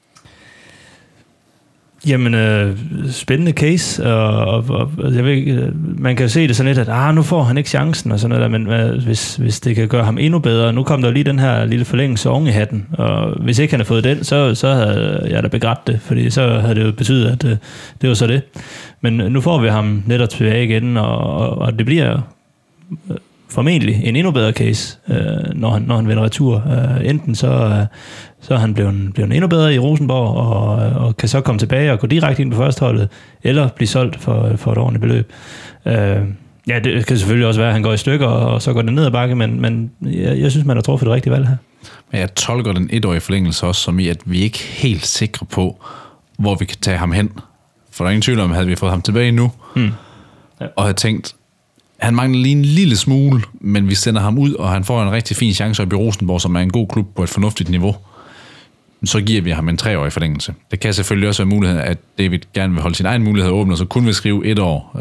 Jamen, spændende case, og jeg ved ikke, man kan jo se det sådan lidt, at nu får han ikke chancen og sådan noget der, men hvis det kan gøre ham endnu bedre, nu kom der lige den her lille forlængelse oven i hatten, og hvis ikke han havde fået den, så havde jeg da begrædt det, fordi så havde det jo betydet, at det var så det. Men nu får vi ham netop tilbage igen, og det bliver formentlig en endnu bedre case, når han vender retur. Enten så er han blevet endnu bedre i Rosenborg, og kan så komme tilbage og gå direkte ind på førsteholdet, eller blive solgt for et ordentligt beløb. Ja, det kan selvfølgelig også være, at han går i stykker, og så går det ned ad bakke, men jeg synes, man har truffet det rigtige valg her. Men jeg tolker den etårige forlængelse også som i, at vi ikke er helt sikre på, hvor vi kan tage ham hen. For der er ingen tvivl om, havde vi fået ham tilbage nu, og havde tænkt, han mangler lige en lille smule, men vi sender ham ud, og han får en rigtig fin chance op i Rosenborg, som er en god klub på et fornuftigt niveau. Så giver vi ham en 3-årig forlængelse. Det kan selvfølgelig også være muligheden, at David gerne vil holde sin egen mulighed åben, og så kun vil skrive 1 år.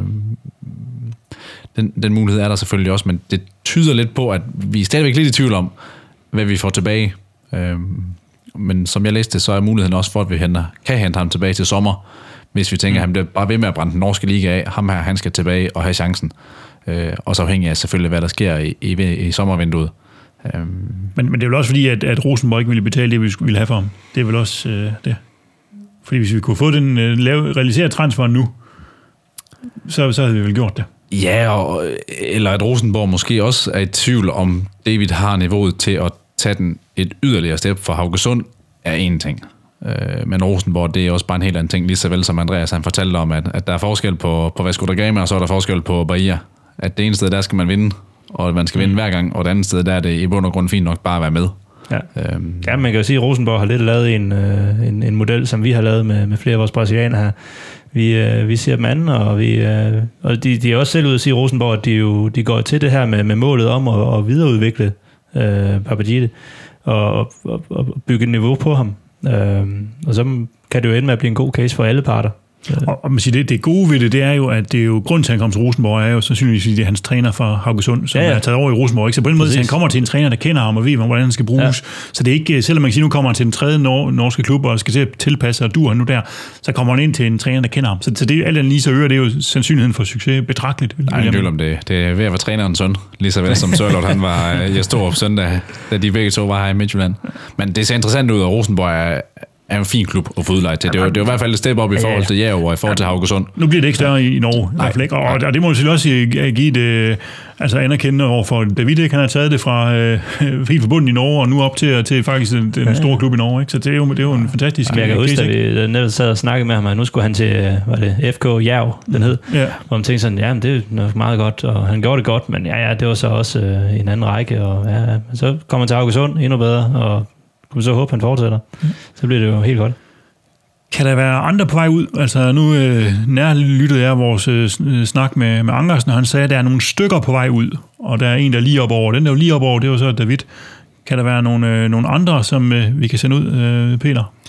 Den mulighed er der selvfølgelig også, men det tyder lidt på, at vi er stadigvæk lidt i tvivl om, hvad vi får tilbage. Men som jeg læste, så er muligheden også for, at vi kan hente ham tilbage til sommer, hvis vi tænker, at han bliver bare ved med at brænde den norske liga af. Ham her, han skal tilbage og have chancen. Og så afhængig af selvfølgelig, hvad der sker i sommervinduet. Men det er vel også fordi, at Rosenborg ikke ville betale det, vi ville have for ham. Det er vel også det. Fordi hvis vi kunne få den realiseret transfer nu, så havde vi vel gjort det. Ja, eller at Rosenborg måske også er i tvivl om David har niveauet til at tage den et yderligere step, for Haugesund er en ting. Men Rosenborg, det er også bare en helt anden ting, lige så vel som Andreas han fortalte om, at der er forskel på Vasco da Gama, og så er der forskel på Bahia. At det ene sted, der skal man vinde, og man skal vinde hver gang, og det andet sted, der er det i bund og grund fint nok bare at være med. Ja, man kan jo sige, at Rosenborg har lidt lavet en model, som vi har lavet med flere af vores brasilianere her. Vi ser dem anden, og de er også selv ude at sige, Rosenborg, at de går til det her med målet om at videreudvikle Papagite og bygge et niveau på ham. Og så kan det jo ende med at blive en god case for alle parter. Og man siger, det gode ved det er jo, at det er jo grunden til, at han kom til Rosenborg, er jo sandsynligvis, at det er hans træner fra Haugesund, som er taget over i Rosenborg. Ikke? Så på den måde, han kommer til en træner, der kender ham og ved, hvordan han skal bruges. Ja. Så det er ikke, selvom man kan sige, nu kommer han til den tredje norske klub, og skal til at tilpasse, og han nu der, så kommer han ind til en træner, der kender ham. Så det er alt andet lige så det er jo sandsynligheden for succes betragteligt. Nej, ingen tvivl om det. Det er ved at være trænerens søn, lige så vel som Sørloth, han var i Storup søndag, da de begge to var her i Midtjylland. Men det ser interessant ud, at Rosenborg er en fin klub at få udlejet til. Det er jo i hvert fald et step op i forhold til Jæv og i forhold til Haugesund. Nu bliver det ikke større i Norge. I hvert fald ikke. Og det må selvfølgelig også give det anerkendende over for David. Han har taget det fra helt forbundet i Norge og nu op til faktisk den store klub i Norge. Ikke? Så det er jo en fantastisk case. Jeg kan huske, at vi netop sad og snakkede med ham, at nu skulle han til, var det FK Jæv, den hed. Ja. Hvor man tænkte sådan, ja, det er nok meget godt, og han gjorde det godt, men ja, det var så også en anden række, og så kommer han til Haugesund endnu bedre, og kunne så håbe, han fortsætter. Så bliver det jo helt godt. Kan der være andre på vej ud? Altså nu nærlyttede jeg vores snak med Ankersen, og han sagde, at der er nogle stykker på vej ud, og der er en, der er lige op over. Den der er lige op over, det var så David. Kan der være nogle andre, som vi kan sende ud, Peter?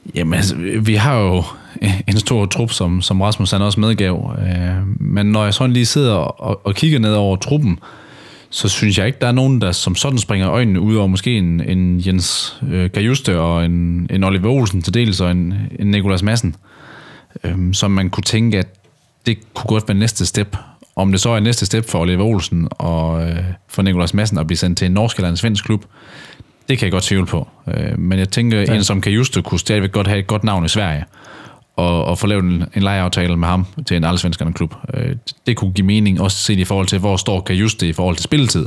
Jamen, altså, vi har jo en stor trup, som Rasmus han også medgav. Men når jeg sådan lige sidder og kigger ned over truppen, så synes jeg ikke, der er nogen, der som sådan springer øjnene ud over måske en Jens Kajuste og en Oliver Olsen til dels, og en Nicolas Madsen, som man kunne tænke, at det kunne godt være næste step. Om det så er næste step for Oliver Olsen og for Nicolas Madsen at blive sendt til en norsk eller en svensk klub, det kan jeg godt tvivle på. Men jeg tænker, en som Kajuste kunne stadigvæk godt have et godt navn i Sverige, og få lavet en lejeaftale med ham til en allsvenskerne klub. Det kunne give mening, også set i forhold til, hvor står Kajuste i forhold til spilletid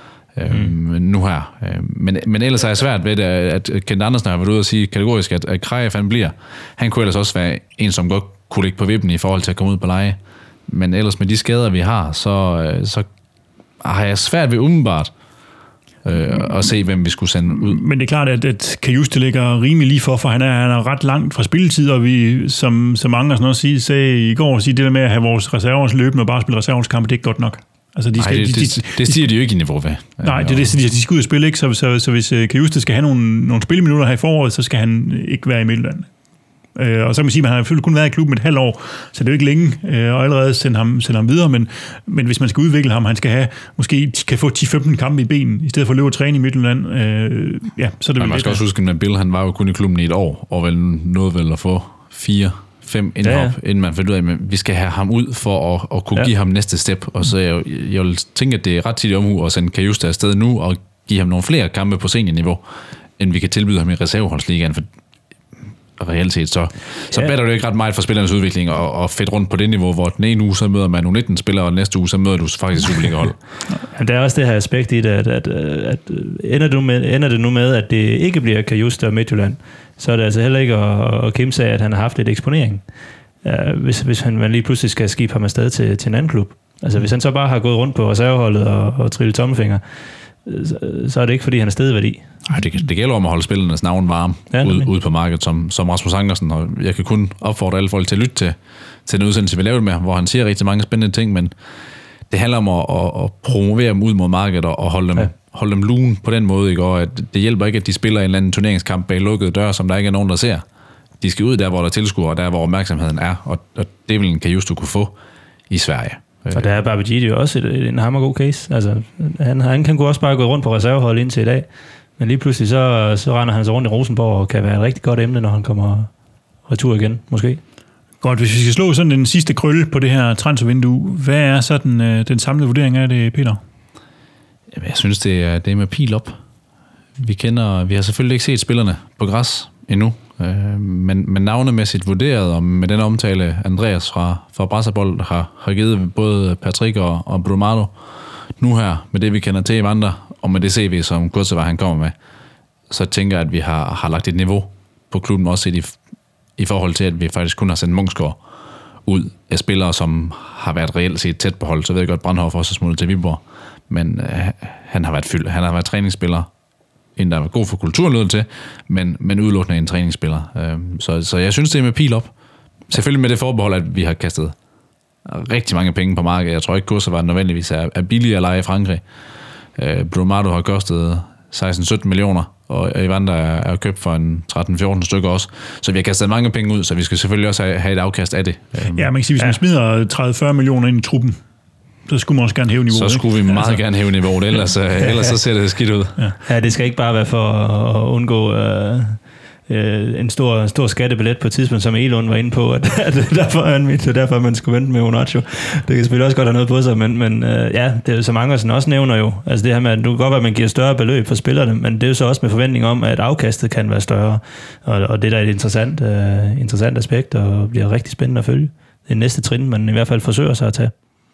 nu her. Men ellers er jeg svært ved det, at Kent Andersen har været ude og sige kategorisk, at Krejf han bliver. Han kunne ellers også være en, som godt kunne ligge på vippen i forhold til at komme ud på leje. Men ellers med de skader, vi har, så har jeg svært ved umiddelbart og se, hvem vi skulle sende ud. Men det er klart, at Kajuste ligger rimelig lige for han er ret langt fra spilletid, og vi, som mange også sagde i går, det der med at have vores reservers løbende og bare spille reserverskampe, det er ikke godt nok. Altså, det stiger de jo ikke i niveau ved. Nej, det er det, de skal ud og spille, ikke? Så hvis Kajuste skal have nogle spilleminutter her i foråret, så skal han ikke være i Midtjylland. Og så kan man sige, at han har selvfølgelig kun været i klubben et halvt år, så det er jo ikke længe, og allerede sende ham videre, men hvis man skal udvikle ham, han skal have, måske kan få 10-15 kampe i benen, i stedet for at løbe og træne i Midtjylland, så er det man skal også huske, at Bill, han var jo kun i klubben i et år, og nåede at få 4-5 indhop, inden man fandt ud af, at vi skal have ham ud for at kunne give ham næste step, og så jeg vil tænke, at det er ret tit omhu at sende Kajuste afsted nu, og give ham nogle flere kampe på seniorniveau, end vi kan tilbyde ham i reserveholdsligaen, for reelt set, så batter det jo ikke ret meget for spillernes udvikling og fedt rundt på det niveau, hvor den ene uge så møder man nogle 19-spillere, og den næste uge så møder du faktisk Superliga-hold. Der er også det her aspekt i det, at ender det nu med, at det ikke bliver Kajuste og Midtjylland, så er det altså heller ikke at kimse af, at han har haft lidt eksponering. Hvis man lige pludselig skal skibe ham afsted til en anden klub. Altså hvis han så bare har gået rundt på reserveholdet og trillet tommelfinger, så er det ikke, fordi han er stedværdi. Nej, det gælder om at holde spillernes navn varme ude på markedet, som Rasmus Ankersen, og jeg kan kun opfordre alle folk til at lytte til den udsendelse, vi lavede med, hvor han siger rigtig mange spændende ting, men det handler om at promovere dem ud mod markedet og holde dem lun på den måde, ikke? Og at det hjælper ikke, at de spiller en eller anden turneringskamp bag lukkede døre, som der ikke er nogen, der ser. De skal ud der, hvor der tilskuer, og der, hvor opmærksomheden er, og det vil en Kajuste kunne få i Sverige. Og der er Babajide jo også en hammergod case. Altså, han kan også bare gå rundt på reservehold indtil i dag. Men lige pludselig så render han så rundt i Rosenborg og kan være et rigtig godt emne, når han kommer retur igen, måske. Godt, hvis vi skal slå sådan den sidste krølle på det her transfervindue, hvad er så den samlede vurdering af det, Peter? Jamen, jeg synes, det er med pil op. Vi har selvfølgelig ikke set spillerne på græs endnu, men navnemæssigt vurderet, og med den omtale Andreas fra Brasserbold har givet både Patrick og Brumado nu her, med det vi kender til i andre, og med det CV, som Kurtsevar han kommer med, så tænker jeg, at vi har lagt et niveau på klubben, også set i forhold til, at vi faktisk kun har sendt Munksgaard ud af spillere, som har været reelt set tæt på hold. Så ved jeg godt, Brandhoff også er smuttet til Viborg, men han har været fyldt. Han har været træningsspiller, en der er god for kulturen lød til, men udelukkende en træningsspiller. Så jeg synes, det er med pil op. Selvfølgelig med det forbehold, at vi har kastet rigtig mange penge på markedet. Jeg tror ikke, Kurser nødvendigvis er billigere at lege i Frankrig. Brumado har kostet 16-17 millioner, og Evander er købt for en 13-14 stykker også. Så vi har kastet mange penge ud, så vi skal selvfølgelig også have et afkast af det. Ja, man kan sige, hvis man smider 30-40 millioner ind i truppen, så skulle man også gerne hæve niveauet. Så skulle vi meget gerne hæve niveauet, ellers så ser det skidt ud. Ja, det skal ikke bare være for at undgå en stor skattebillet på et tidspunkt, som Elund var inde på, at derfor man skulle vente med Onacho. Det kan selvfølgelig også godt have noget på sig, men ja, det er jo, som Ankersen også nævner jo, altså det her med, at du kan godt være, at man giver større beløb for spillerne, men det er jo så også med forventning om, at afkastet kan være større, og det der er et interessant aspekt, og bliver rigtig spændende at følge. Det er næste trin, man i hvert fald forsøger sig at tage.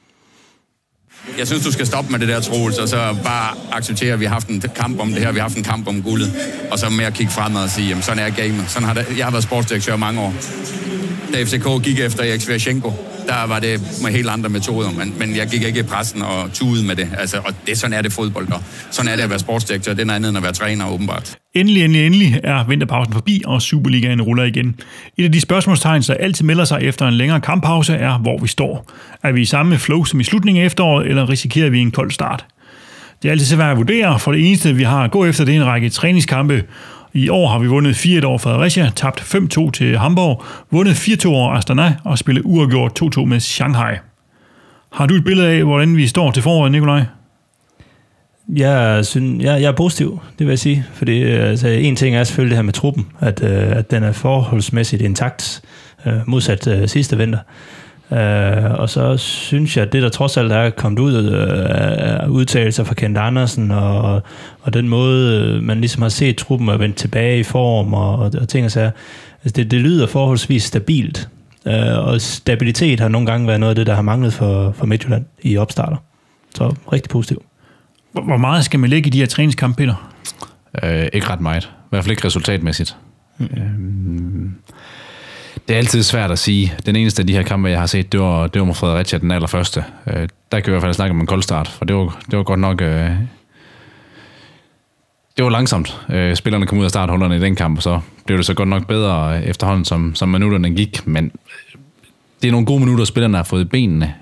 Jeg synes, du skal stoppe med det der, Troels, og så bare acceptere, at vi har haft en kamp om det her, vi har haft en kamp om guldet, og så med at kigge fremad og sige, jamen sådan er gamet. Jeg har været sportsdirektør mange år. Da FCK gik efter Erik Sverchenko, der var det med helt andre metoder, men jeg gik ikke i pressen og tudede med det. Altså, og sådan er det fodbold, og sådan er det at være sportsdirektør. Det er noget andet end at være træner, åbenbart. Endelig er vinterpausen forbi, og Superligaen ruller igen. Et af de spørgsmålstegn, der altid melder sig efter en længere kamppause, er, hvor vi står. Er vi i samme flow som i slutningen af efteråret, eller risikerer vi en kold start? Det er altid svært at vurdere, for det eneste, vi har at gå efter, det er en række træningskampe. I år har vi vundet 4-1 over Fredericia, tabt 5-2 til Hamburg, vundet 4-2 over Astana og spillet uafgjort 2-2 med Shanghai. Har du et billede af, hvordan vi står til foråret, Nikolaj? Jeg er positiv, det vil jeg sige. Fordi altså, en ting er selvfølgelig det her med truppen, at den er forholdsmæssigt intakt, modsat sidste vinter. Og så synes jeg, at det der trods alt er kommet ud af udtalelser fra Kent Andersen, og den måde, man ligesom har set truppen er vendt tilbage i form, og ting og sager, altså det lyder forholdsvis stabilt. Og stabilitet har nogle gange været noget af det, der har manglet for Midtjylland i opstarter. Så rigtig positiv. Hvor meget skal man lægge i de her træningskampe, Peter? Ikke ret meget. I hvert fald ikke resultatmæssigt. Det er altid svært at sige. Den eneste af de her kampe, jeg har set, det var mod Fredericia, den allerførste. Der kan vi i hvert fald snakke om en koldstart, for det var godt nok... Det var langsomt. Spillerne kom ud af starthullerne i den kamp, og så blev det så godt nok bedre efterhånden, som minutterne gik. Men det er nogle gode minutter, spillerne har fået i benene.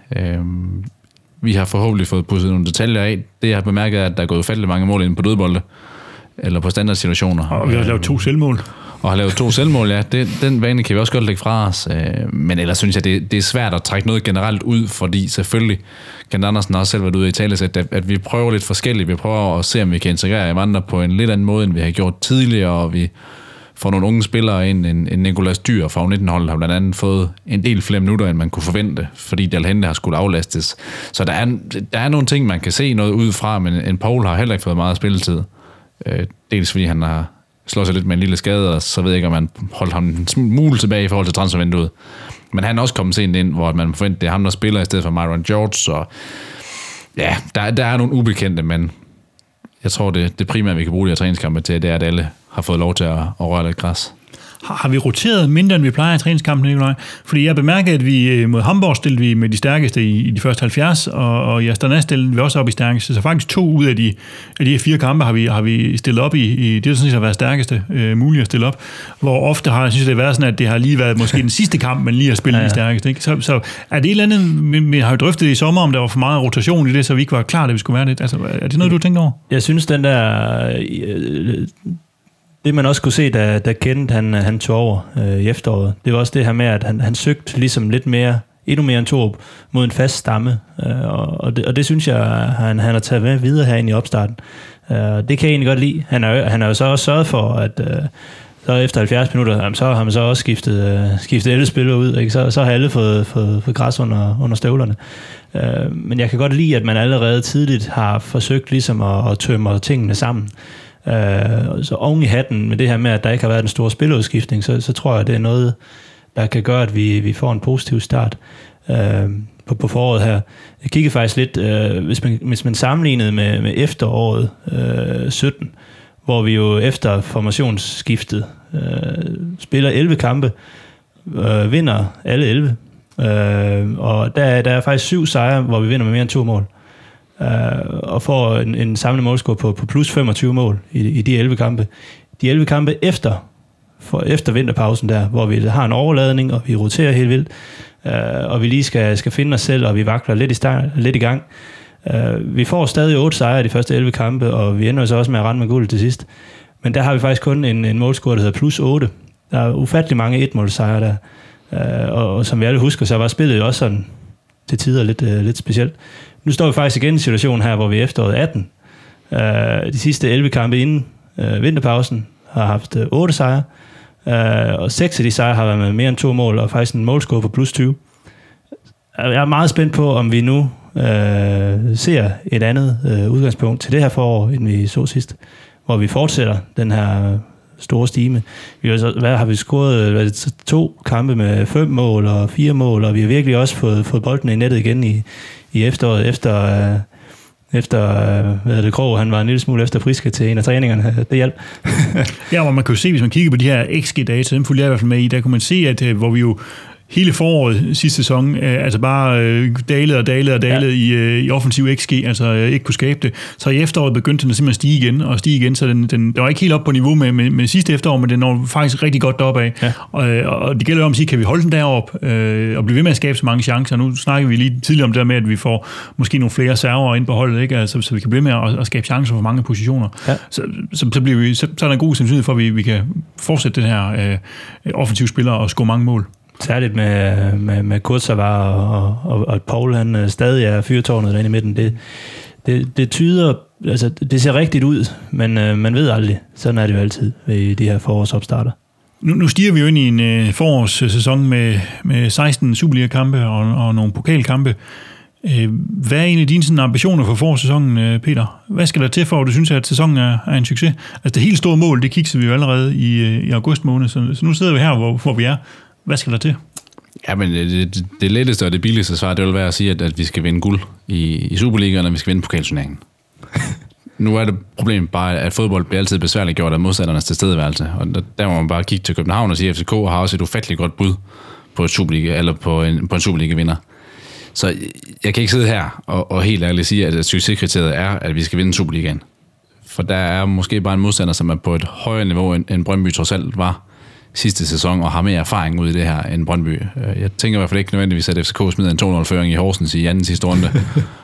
Vi har forhåbentlig fået pudset nogle detaljer af. Det, jeg har bemærket, er, at der er gået ufattelig mange mål ind på dødbolde, eller på standardsituationer. Og vi har lavet 2 selvmål. Og har lavet 2 selvmål, ja. Den vane kan vi også godt lægge fra os. Men ellers synes jeg, det er svært at trække noget generelt ud, fordi selvfølgelig, Kent Andersen har også selv været ude i talesæt, at vi prøver lidt forskelligt. Vi prøver at se, om vi kan integrere Evander på en lidt anden måde, end vi har gjort tidligere, og vi får nogle unge spillere ind. En Nicolas Dyr fra U19-holdet har blandt andet fået en del flere minutter, end man kunne forvente, fordi Dal Hente har skulle aflastes. Så der er nogle ting, man kan se noget ud fra, men en Paul har heller ikke fået meget spilletid. Dels fordi han har slået sig lidt med en lille skade, og så ved jeg ikke, om man holdt ham en smule tilbage i forhold til transfervinduet. Men han er også kommet sent ind, hvor man forventer, det er ham, der spiller i stedet for Myron George, så ja, der er nogle ubekendte, men jeg tror, det primære, vi kan bruge de her træningskampe til, det er, at alle har fået lov til at røre lidt græs. Har vi roteret mindre, end vi plejer i træningskampen, Nikolaj? Fordi jeg bemærker, at vi mod Hamburg stillede vi med de stærkeste i de første 70, og i Astana stillede vi også op i stærkeste. Så faktisk 2 ud af de her 4 kampe har vi stillet op i det, der sådan set har været stærkeste muligt at stille op. Hvor ofte har jeg synes, det været sådan, at det har lige været måske den sidste kamp, man lige har spillet de stærkeste. Ikke? Så er det et eller andet, vi har jo drøftet i sommer, om der var for meget rotation i det, så vi ikke var klar, at vi skulle være det. Altså, er det noget, du tænker over? Jeg synes, den der... Det man også kunne se, da Kent han tog over i efteråret, det var også det her med, at han søgte ligesom lidt mere, endnu mere end Torup, mod en fast stamme. Og det synes jeg, han har taget med videre herinde i opstarten. Det kan jeg egentlig godt lide. Han har jo så også sørget for, at så efter 70 minutter, så har man så også skiftet alle spillere ud. Ikke? Så har alle fået græs under støvlerne. Men jeg kan godt lide, at man allerede tidligt har forsøgt ligesom at tømme tingene sammen. Så oven i hatten med det her med, at der ikke har været en stor spiludskiftning, så tror jeg, det er noget, der kan gøre, at vi får en positiv start på foråret her. Jeg kiggede faktisk lidt, hvis man sammenlignede med efteråret 17, hvor vi jo efter formationsskiftet spiller 11 kampe, vinder alle 11. Og der er faktisk 7 sejre, hvor vi vinder med mere end 2 mål. Og får en samlet målscore på plus 25 mål i de 11 kampe. De 11 kampe efter vinterpausen der, hvor vi har en overladning, og vi roterer helt vildt, og vi lige skal finde os selv, og vi vakler lidt i gang. Vi får stadig 8 sejre i de første 11 kampe, og vi ender så også med at rende med guld til sidst. Men der har vi faktisk kun en målscore, der hedder plus 8. Der er ufattelig mange 1-målsejre der. Og som vi alle husker, så var spillet jo også sådan til tider lidt specielt. Nu står vi faktisk igen i en situation her, hvor vi efteråret 18, de sidste 11 kampe inden vinterpausen, har haft 8 sejre, og 6 af de sejre har været med mere end 2 mål, og faktisk en målscore på plus 20. Jeg er meget spændt på, om vi nu ser et andet udgangspunkt til det her forår, end vi så sidst, hvor vi fortsætter den her store stime. Hvad har vi scoret? 2 kampe med 5 mål og 4 mål, og vi har virkelig også fået bolden i nettet igen i efteråret, efter Krog, han var en lille smule efter friske til en af træningerne. Det hjalp. Ja, og man kan jo se, hvis man kigger på de her XG-data, dem fulgte jeg i hvert fald med i, der kunne man se, at hvor vi jo hele foråret sidste sæson, altså bare dalede i offensiv XG, altså ikke kunne skabe det. Så i efteråret begyndte den at simpelthen stige igen, så den var ikke helt op på niveau med sidste efterår, men den når faktisk rigtig godt deroppe af. Ja. Og det gælder jo om at sige, kan vi holde den deroppe og blive ved med at skabe så mange chancer? Nu snakker vi lige tidligere om det med, at vi får måske nogle flere server ind på holdet, ikke? Altså, så vi kan blive med at skabe chancer for mange positioner. Ja. Så er der en god sandsynlighed for, at vi kan fortsætte den her offensive spiller og score mange mål. Særligt med Kurzawa og Paul, han stadig er fyrtårnet derinde i midten. Det tyder, altså det ser rigtigt ud, men man ved aldrig. Sådan er det jo altid ved de her forårsopstarter. Nu stiger vi jo ind i en forårssæson med 16 Superliga-kampe og nogle pokalkampe. Hvad er egentlig dine sådan ambitioner for forårssæsonen, Peter? Hvad skal der til for, at du synes, at sæsonen er en succes? Altså det helt store mål, det kiksede vi jo allerede i august måned, så nu sidder vi her, hvor vi er. Hvad skal der til? Ja, men det letteste og det billigste svar, det vil være at sige, at vi skal vinde guld i Superligaen, og vi skal vinde pokalturneringen. Nu er det problemet bare, at fodbold bliver altid besværligt gjort af modstandernes tilstedeværelse, og der må man bare kigge til København og sige, at FCK har også et ufatteligt godt bud på et Superliga, eller på en Superliga-vinder. Så jeg kan ikke sidde her og helt ærligt sige, at succeskriteriet er, at vi skal vinde Superligaen. For der er måske bare en modstander, som er på et højere niveau, end Brøndby trods alt var sidste sæson, og har mere erfaring ud i det her end Brøndby. Jeg tænker i hvert fald ikke nødvendigvis, at FCK smider en 2-0-føring i Horsens i anden sidste runde.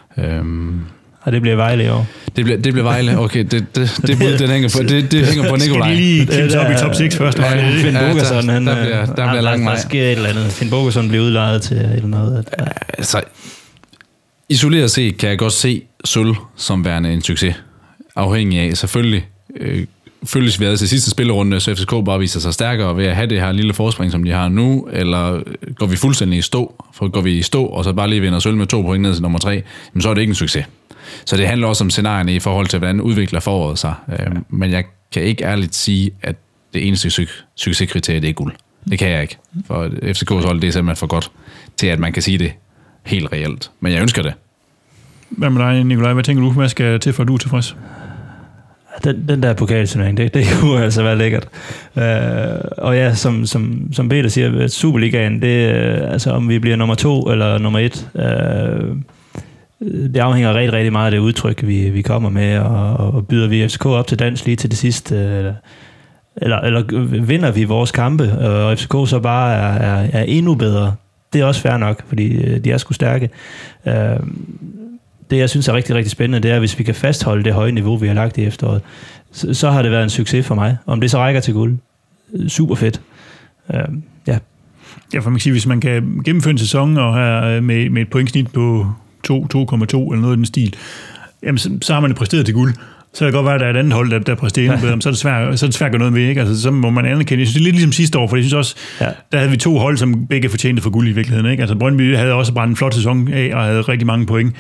Og det bliver Vejle i år. Det bliver Vejle. Okay, det bud, den hænger på, det hænger på Nikolaj. Skal vi lige kæmpe op i top 6 først? Finn Bogerson, der bliver lang vej. Der sker et eller andet. Finn Bogerson bliver udlejet til eller noget. Altså, isoleret set kan jeg godt se sølv som værende en succes. Afhængig af, selvfølgelig, følges vi ad til sidste spillerunde, så FCK bare viser sig stærkere ved at have det her lille forspring, som de har nu, eller går vi fuldstændig i stå, for går vi i stå, og så bare lige vinder sølv med 2 point ned til nummer 3, så er det ikke en succes. Så det handler også om scenarierne i forhold til, hvordan udvikler foråret sig. Men jeg kan ikke ærligt sige, at det eneste succeskriterie, det er guld. Det kan jeg ikke. For FCK's hold, det er simpelthen for godt til, at man kan sige det helt reelt. Men jeg ønsker det. Hvad med dig, Nikolaj? Hvad tænker du? Hvad skal til, for at du er tilfreds? Den der pokalturnering, det kunne altså være lækkert. Og ja, som Peter siger, Superligaen, det altså om vi bliver nummer 2 eller nummer 1, det afhænger rigtig, rigtig meget af det udtryk, vi kommer med, og byder vi FCK op til dans lige til det sidste, eller vinder vi vores kampe, og FCK så bare er endnu bedre. Det er også fair nok, fordi de er sgu stærke. Det, jeg synes er rigtig, rigtig spændende, det er, hvis vi kan fastholde det høje niveau, vi har lagt i efteråret, så har det været en succes for mig. Om det så rækker til guld, super fedt. Ja. Ja, for man kan sige, hvis man kan gennemføre en sæson og have med et pointsnit på 2,2 eller noget i den stil, jamen, så har man præsteret til guld. Så kan det godt være, at der er et andet hold, der præsterer endnu bedre, så er det svært at gøre noget ved, ikke? Altså, så må man anerkende. Jeg synes, det er lidt ligesom sidste år, for jeg synes også, der havde vi 2 hold, som begge fortjente for guld i virkeligheden, ikke? Altså, Brøndby havde også brændt en flot sæson af, og havde rigtig mange point.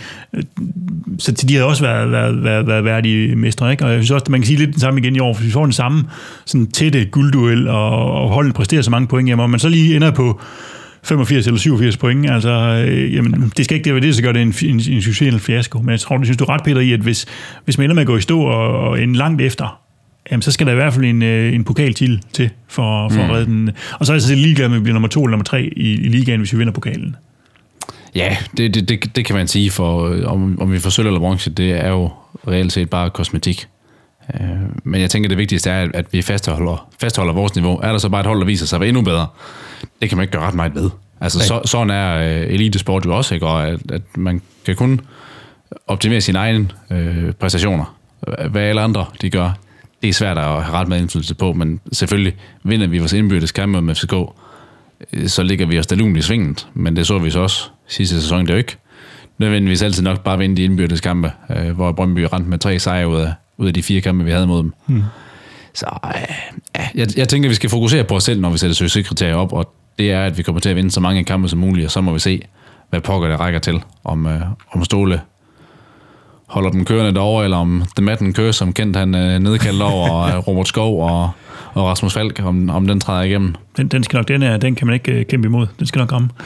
Så de havde også været værdige mestre, ikke? Og jeg synes også, at man kan sige lidt det samme igen i år, for vi får den samme sådan tætte guldduel, og holdet præsterer så mange point hjemme, og man så lige ender på 85 eller 87 point, altså, jamen, det skal ikke det være det, så gør det en succes eller fiasko. Men jeg tror, synes du er ret, Peter, i, at hvis man ender med at gå i stå og ende langt efter, jamen, så skal der i hvert fald en pokal til for at redde den. Og så er det så ligeglad med, at vi bliver nummer 2 eller nummer 3 i ligaen, hvis vi vinder pokalen. Ja, det kan man sige, for om vi får sølv eller bronze, det er jo reelt set bare kosmetik. Men jeg tænker, det vigtigste er, at vi fastholder vores niveau. Er der så bare et hold, der viser sig at være endnu bedre? Det kan man ikke gøre ret meget ved. Altså, sådan er elitesport jo også, ikke? Og at man kan kun optimere sine egne præstationer. Hvad alle andre de gør, det er svært at have ret meget indflydelse på, men selvfølgelig vinder vi vores indbyrdes kampe med FCK, så ligger vi os da lunt i svinget. Men det så vi så også sidste sæson, det er jo ikke nødvendigvis altid nok bare vinde de indbyrdes kampe, hvor Brøndby rendte med 3 sejre ud af de 4 kampe, vi havde mod dem. Så jeg tænker, at vi skal fokusere på os selv, når vi sætter succeskriterier op, og det er, at vi kommer til at vinde så mange kampe som muligt, og så må vi se, hvad pokker det rækker til. Om Ståle holder den kørende derovre, eller om The Madden kører, som kendt han nedkaldt over Robert Skov og Rasmus Falk, om den træder igennem. Den skal nok, den kan man ikke kæmpe imod. Den skal nok ramme.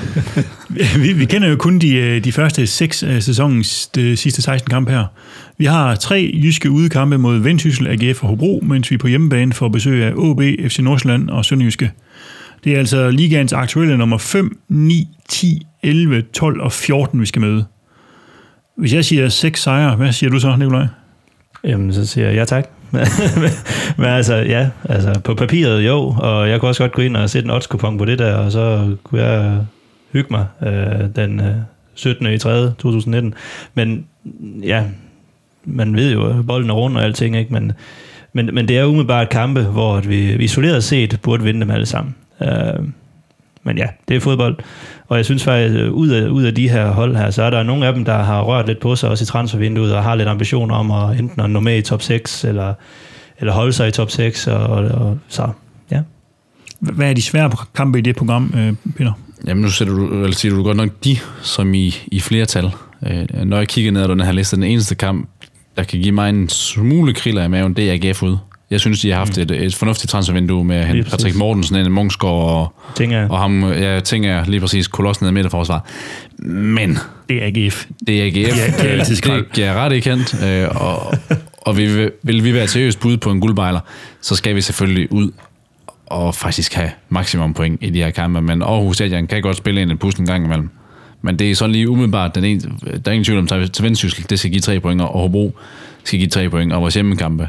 vi kender jo kun de første 6 sæsonens sidste 16 kampe her. Vi har 3 jyske udekampe mod Vendsyssel, AGF og Hobro, mens vi på hjemmebane får besøg af AB, FC Nordsjælland og Sønderjyske. Det er altså ligaens aktuelle nummer 5, 9, 10, 11, 12 og 14, vi skal møde. Hvis jeg siger 6 sejre, hvad siger du så, Nikolaj? Jamen, så siger jeg ja tak. Men altså på papiret jo, og jeg kunne også godt gå ind og sætte en odds-kupon på det der, og så kunne jeg hygge mig den 17. i 3. 2019. Men ja, man ved jo, at bolden er rundt og alting, ikke? Men det er umiddelbart kampe, hvor vi isoleret set burde vinde dem alle sammen. Men ja, det er fodbold. Og jeg synes faktisk, ud af de her hold her, så er der nogle af dem, der har rørt lidt på sig også i transfervinduet, og har lidt ambitioner om at enten at nå med i top 6, eller holde sig i top 6, og så, ja. Hvad er de svære kampe i det program, Peter? Jamen nu siger du godt nok de, som i flertal. Når jeg kigger ned ad den her liste, den eneste kamp, der kan give mig en smule kriller i maven, det er AGF ude. Jeg synes, de har haft et fornuftigt transfervindue med Patrick Mortensen, en Munchsgaard og ham, jeg tænker lige præcis, kolossen ned i midterforsvar. Men det er AGF. Det er AGF. Det er ret kendt. Og vil vi være seriøst bud på en guldbejler, så skal vi selvfølgelig ud og faktisk have maksimum point i de her kampe. Men Aarhus Stadion kan godt spille en pusten en gang imellem. Men det er sådan lige umiddelbart, der er ingen tvivl om, til Vendsyssel, det skal give 3 point, og Hobro skal give 3 point, og vores hjemmekampe,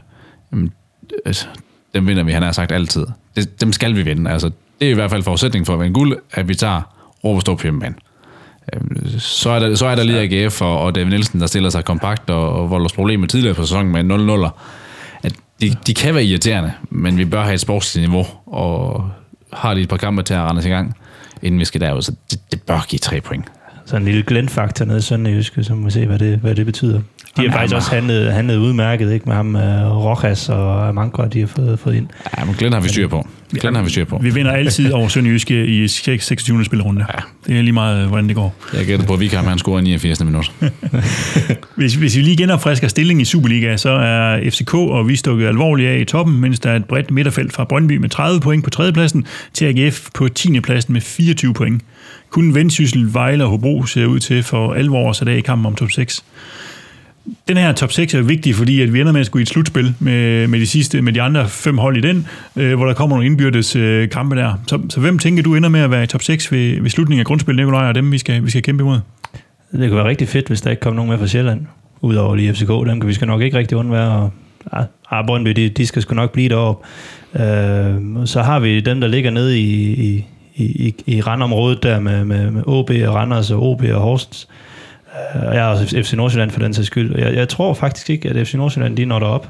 dem vinder vi, han har sagt altid. Dem skal vi vinde. Altså, det er i hvert fald forudsætning for at vinde guld, at vi tager Råberstrup på hjemmebane. Så er der lige AGF og David Nielsen, der stiller sig kompakt og volder os problemer tidligere på sæsonen med 0-0'er. At de kan være irriterende, men vi bør have et sportsligt niveau, og har lige et par kampe til at rende os i gang, inden vi skal derud, så det bør give 3 point. Så en lille Glenn-faktor nede i Sønderjyske, så må vi se, hvad det betyder. De har faktisk også handlet udmærket, ikke, med ham, Rojas og Mankra, de har fået ind. Ja, men Glenn har vi styr på. Vi vinder altid over Sønderjyske i 26. spillerunde. Ja. Det er lige meget, hvordan det går. Jeg gætter på, at Vikar, han scorer i 89. minut. Hvis vi lige genopfrisker stillingen i Superliga, så er FCK og vi stukket alvorligt af i toppen, mens der er et bredt midterfelt fra Brøndby med 30 point på 3. pladsen til AGF på 10. pladsen med 24 point. Kun Vendsyssel, Vejle og Hobro ser ud til for alvor at sætte af i kampen om top 6. Den her top 6 er vigtig, fordi at vi ender med at skulle i et slutspil med de andre 5 hold i den, hvor der kommer nogle indbyrdes kampe der. Så hvem tænker du ender med at være i top 6 ved slutningen af grundspil, Nikolaj, og dem vi skal kæmpe imod? Det kunne være rigtig fedt, hvis der ikke kom nogen med fra Sjælland, udover lige FCK. Dem kan vi skal nok ikke rigtig undvære. Brøndby, de skal sgu nok blive deroppe. Så har vi dem, der ligger nede i randområdet der med OB og Randers og OB og Horsens. Jeg er også FC Nordsjælland for den sags skyld. Jeg tror faktisk ikke, at FC Nordsjælland de når derop.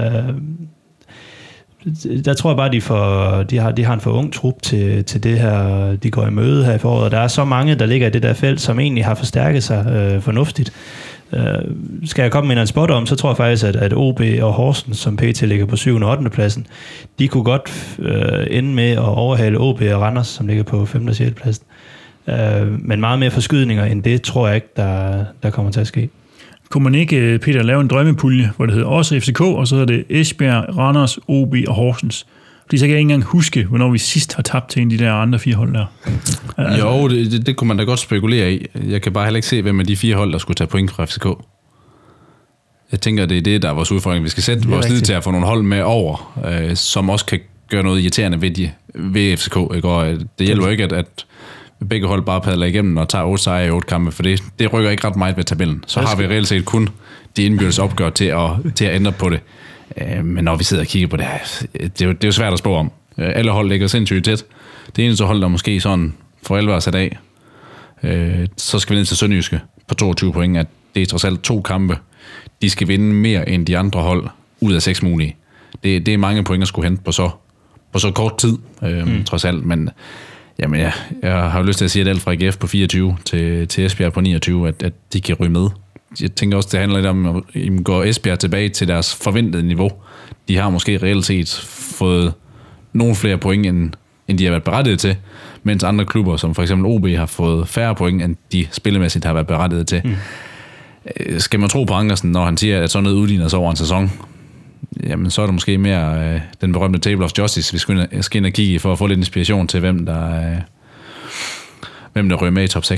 Der tror jeg bare, de har en for ung trup til det her, de går i møde her i foråret. Der er så mange, der ligger i det der felt, som egentlig har forstærket sig fornuftigt. Skal jeg komme med en spot om, så tror jeg faktisk, at OB og Horsens, som PT ligger på 7. og 8. pladsen, de kunne godt ende med at overhale OB og Randers, som ligger på 5. og 6. pladsen. Men meget mere forskydninger end det, tror jeg ikke, der kommer til at ske. Kunne man ikke, Peter, lave en drømmepulje, hvor det hedder også FCK, og så hedder det Esbjerg, Randers, OB og Horsens? Fordi så kan jeg ikke engang huske, hvornår vi sidst har tabt til en af de der andre 4 hold der. Jo, det kunne man da godt spekulere i. Jeg kan bare heller ikke se, hvem af de 4 hold, der skulle tage point fra FCK. Jeg tænker, det er det, der er vores udfordring. Vi skal sætte vores lid til at få nogle hold med over, som også kan gøre noget irriterende ved FCK. Ikke? Og det hjælper ikke, at begge hold bare padler igennem og tager 8 sejre i 8 kampe, for det rykker ikke ret meget ved tabellen. Så har vi reelt set kun de indbyrdes opgør til at ændre på det. Men når vi sidder og kigger på det her, det er jo svært at spå om. Alle hold ligger sindssygt tæt. Det eneste hold, der måske sådan for alvor er sat af, så skal vi ned til Sønderjyske på 22 point, at det er trods alt 2 kampe. De skal vinde mere end de andre hold ud af 6 mulige. Det er mange point at skulle hente på så kort tid, trods alt, men jamen, jeg har jo lyst til at sige, at alt fra AGF på 24 til Esbjerg på 29, at de kan ryge med. Jeg tænker også, det handler lidt om, at går Esbjerg tilbage til deres forventede niveau. De har måske reelt set fået nogle flere point, end de har været berettiget til, mens andre klubber, som for eksempel OB, har fået færre point, end de spillemæssigt har været berettiget til. Skal man tro på Ankersen, når han siger, at sådan noget udligner sig over en sæson, jamen så er der måske mere den berømte Table of Justice, vi skal ind og kigge for at få lidt inspiration til, hvem der ryger med i top 6.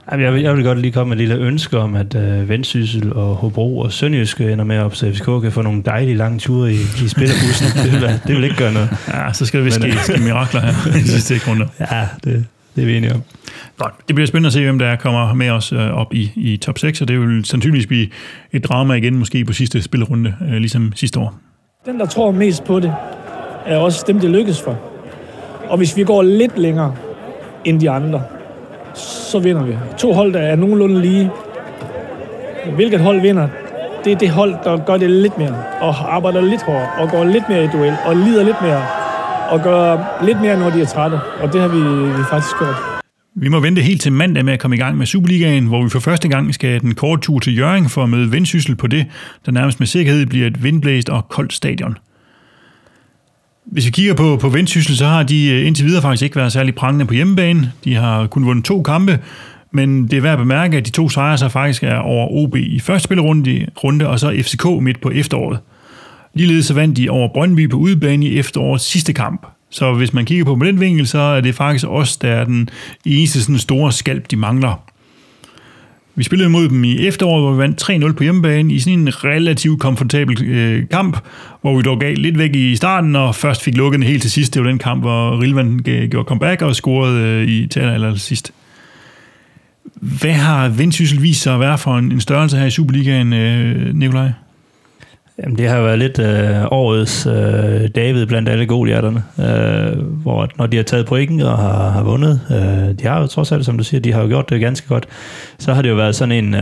Jeg vil godt lige komme med et lille ønske om, at Vendsyssel og Hobro og Sønderjyske ender med op, så FCK kan få nogle dejlige lange ture i spillerbussen. det vil ikke gøre noget. Ja, så skal det vist ske mirakler her i de sidste runder. Ja, det er vi enige om. Godt. Det bliver spændende at se, hvem der kommer med os op i top 6, og det vil sandsynligvis blive et drama igen, måske på sidste spillerunde, ligesom sidste år. Den, der tror mest på det, er også dem, det lykkes for. Og hvis vi går lidt længere end de andre, så vinder vi. 2 hold, der er nogenlunde lige. Hvilket hold vinder? Det er det hold, der gør det lidt mere, og arbejder lidt hårdere, og går lidt mere i duel, og lider lidt mere, og gør lidt mere, når de er trætte. Og det har vi faktisk gjort. Vi må vente helt til mandag med at komme i gang med Superligaen, hvor vi for første gang skal den korte tur til Hjørring for at møde Vendsyssel på det, der nærmest med sikkerhed bliver et vindblæst og koldt stadion. Hvis vi kigger på Vendsyssel, så har de indtil videre faktisk ikke været særlig prangende på hjemmebane. De har kun vundet 2 kampe, men det er værd at bemærke, at de 2 sejre så faktisk er over OB i første spillerunde, og så FCK midt på efteråret. Ligeledes så vandt de over Brøndby på udebane i efterårets sidste kamp. Så hvis man kigger på den vinkel, så er det faktisk også der er den eneste sådan store skalp, de mangler. Vi spillede mod dem i efteråret, hvor vi vandt 3-0 på hjemmebane i sådan en relativt komfortabel kamp, hvor vi dog gav lidt væk i starten, og først fik lukket den helt til sidst. Det var den kamp, hvor Rilvan gjorde comeback og scorede til aller sidst. Hvad har Vendsyssel vist sig at være for en størrelse her i Superligaen, Nikolaj? Jamen, det har jo været lidt årets David blandt alle goliatterne, hvor når de har taget pointen og har vundet, de har jo trods alt, som du siger, de har jo gjort det ganske godt, så har det jo været sådan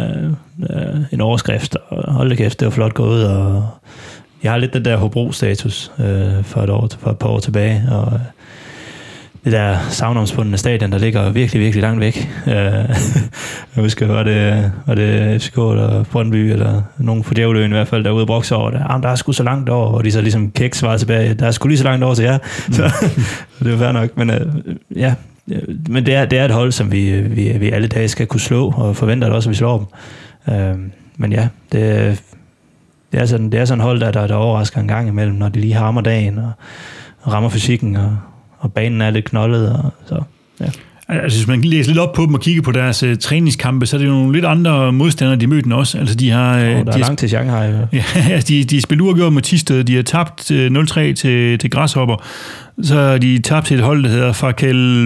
en overskrift, og hold da kæft, det var flot gået, og jeg har lidt den der Hobro-status for et par år tilbage, og det der savnomsbundne stadion, der ligger virkelig, virkelig langt væk. Jeg husker, var det FCK eller Brøndby, eller nogen fra Djævløen i hvert fald, derude og brokser over det. Der er sgu så langt over, og de så ligesom kæk svarer tilbage, der er sgu lige så langt over til jer. Så det er fair nok, men ja. Men det er et hold, som vi alle dage skal kunne slå, og forventer det også, at vi slår dem. Men ja, det er sådan et hold, der overrasker en gang imellem, når de lige hammer dagen, og rammer fysikken, og banen er lidt knoldet, og så, ja. Altså, hvis man læser lidt op på dem og kigger på deres træningskampe, så er det jo nogle lidt andre modstandere, de mødte også. Altså, de har... der er langt til Shanghai. Ja, altså, de spiller uafgjort med Thisted. De har tabt 0-3 til Græshopper. Så har de tabt til et hold, der hedder Farkel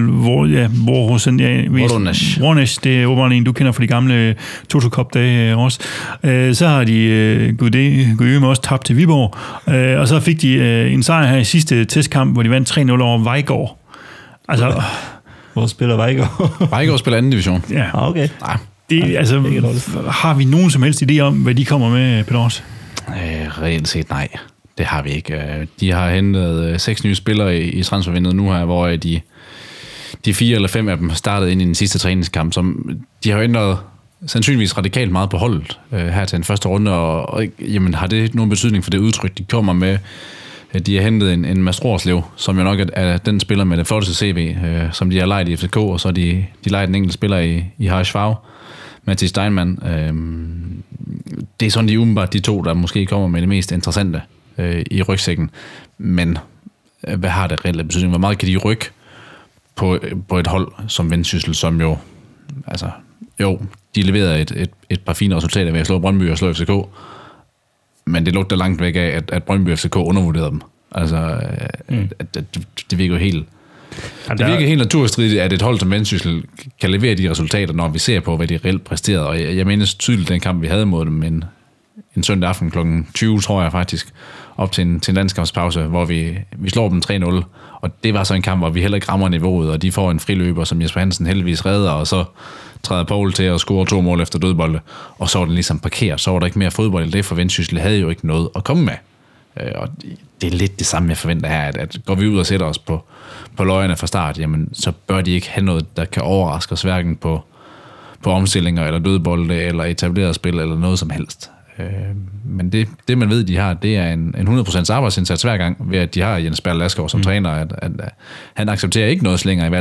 Vornesh. Det er åbenbart en, du kender fra de gamle Toto Cup-dage også. Så har de Gudø med også tabt til Viborg. Og så fik de en sejr her i sidste testkamp, hvor de vandt 3-0 over Vejgaard. Altså... Hvor spiller Vejgaard? Vejgaard spiller anden division. Ja. Okay. Nej. Har vi nogen som helst idé om, hvad de kommer med, Pedros? Reelt set nej. Det har vi ikke. De har hentet 6 nye spillere i transfervinduet nu her, hvor de 4 eller 5 af dem startede ind i den sidste træningskamp, som de har ændret sandsynligvis radikalt meget på holdet her til den første runde, og jamen, har det nogen betydning for det udtryk, de kommer med? De har hentet en Mads Roerslev, som jo nok er den spiller med det flotteste CV, som de har lejet i FCK, og så de lejet en enkelt spiller i HSV, Mathis Steinmann. Det er sådan de umiddelbart de 2, der måske kommer med det mest interessante i rygsækken. Men hvad har det reelt betydning? Hvor meget kan de rykke på et hold som Vendsyssel, som jo, altså, de leverede et par fine resultater ved at slå Brøndby og slå FCK, men det lugter langt væk af, at Brøndby og FCK undervurderede dem. Altså, det virker jo helt... Det virker helt naturstridigt, at et hold som Vendsyssel kan levere de resultater, når vi ser på, hvad de reelt præsterede. Og jeg mener tydeligt den kamp, vi havde mod dem en søndag aften kl. 20, tror jeg faktisk, op til en landskampspause, hvor vi slår dem 3-0. Og det var så en kamp, hvor vi heller ikke rammer niveauet, og de får en friløber, som Jesper Hansen heldigvis redder, og så træder Poul til at score 2 mål efter dødbolde, og så var den ligesom parkeret. Så var der ikke mere fodbold i det, for Vendsyssel havde jo ikke noget at komme med. Og det er lidt det samme, jeg forventer her, at går vi ud og sætter os på løjerne fra start, jamen, så bør de ikke have noget, der kan overraske os, hverken på omstillinger, eller dødbolde, eller etableret spil, eller noget som helst. Men det man ved, de har, det er en 100% arbejdsindsats hver gang, ved at de har Jens Berl Lasgaard som træner, at han accepterer ikke noget slinger i valsen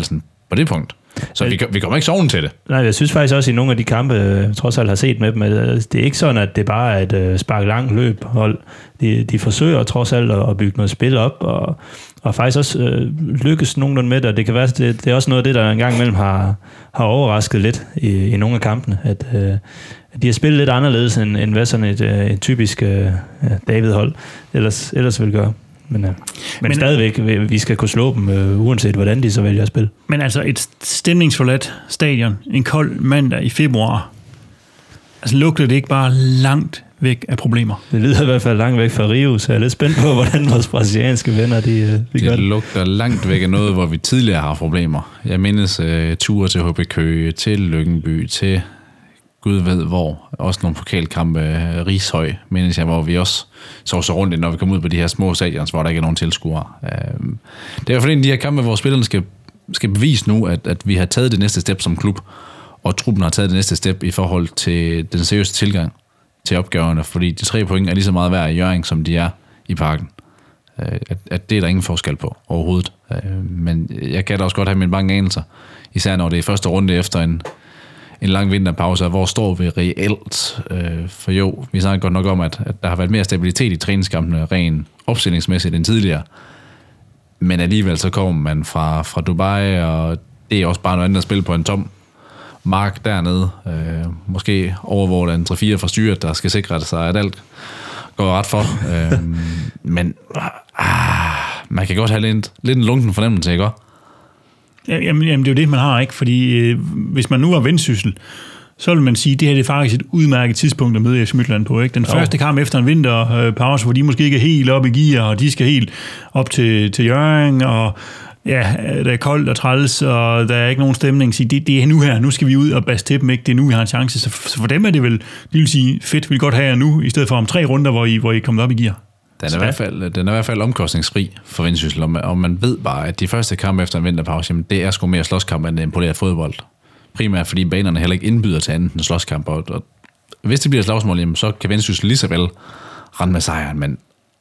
på det punkt. Så vi kommer ikke sovende til det. Nej, jeg synes faktisk også, i nogle af de kampe, trods alt har set med dem, at det er ikke sådan, at det bare er et spark langt løb hold. De forsøger trods alt at bygge noget spil op, og faktisk også lykkes nogenlunde med det, og det kan være, det er også noget af det, der engang imellem har overrasket lidt i nogle af kampene, at de har spillet lidt anderledes, end hvad sådan et typisk David-hold ellers vil gøre. Men stadigvæk, vi skal kunne slå dem, uanset hvordan de så vælger at spille. Men altså et stemningsforladt stadion, en kold mandag i februar, altså lugter det ikke bare langt væk af problemer? Det lyder i hvert fald langt væk fra Rio, så jeg er lidt spændt på, hvordan vores brasilianske venner de gør det. Lugter langt væk af noget, hvor vi tidligere har problemer. Jeg mindes ture til HB Køge, til Lyngby, til Gud ved hvor. Også nogle pokalkampe, Rishøj, mindes jeg, hvor vi også så rundt, når vi kommer ud på de her små stadions, hvor der ikke er nogen tilskuere. Det er jo fordi en af de her kampe, hvor spillerne skal bevise nu, at vi har taget det næste step som klub, og truppen har taget det næste step i forhold til den seriøse tilgang til opgaverne, fordi de 3 point er lige så meget værd i Hjørring, som de er i Parken. At det er der ingen forskel på overhovedet. Men jeg kan da også godt have mine mange anelser, især når det er første runde efter en lang vinterpause, hvor står vi reelt? For jo, vi snakker godt nok om, at der har været mere stabilitet i træningskampene, rent opstillingsmæssigt end tidligere. Men alligevel så kommer man fra Dubai, og det er også bare noget andet at spille på en tom mark dernede. Måske overvåget af en 3-4 fra styret, der skal sikre sig, at alt går ret for. Men man kan godt have lidt en lunken fornemmelse, ikke? Jamen, det er jo det, man har, ikke? Fordi hvis man nu var Vendsyssel, så vil man sige, at det her er faktisk et udmærket tidspunkt at møde FC Midtjylland på, ikke? Den første kamp efter en vinterpause, hvor de måske ikke er helt oppe i gear, og de skal helt op til Hjørring, og ja, det er koldt og træls, og der er ikke nogen stemning. Så det er nu her, nu skal vi ud og basse til dem, ikke? Det er nu, vi har en chance. Så for dem er det vel, de vil sige, fedt, vi vil godt have jer nu, i stedet for om 3 runder, hvor I er kommet op i gear. Den er i hvert fald omkostningsfri for Vendsyssel, og man ved bare, at de første kampe efter en vinterpause, jamen, det er sgu mere slåskamp end poleret fodbold. Primært fordi banerne heller ikke indbyder til andet end slåskamp, og hvis det bliver et slagsmål, jamen, så kan Vendsyssel lige så vel rende med sejren, men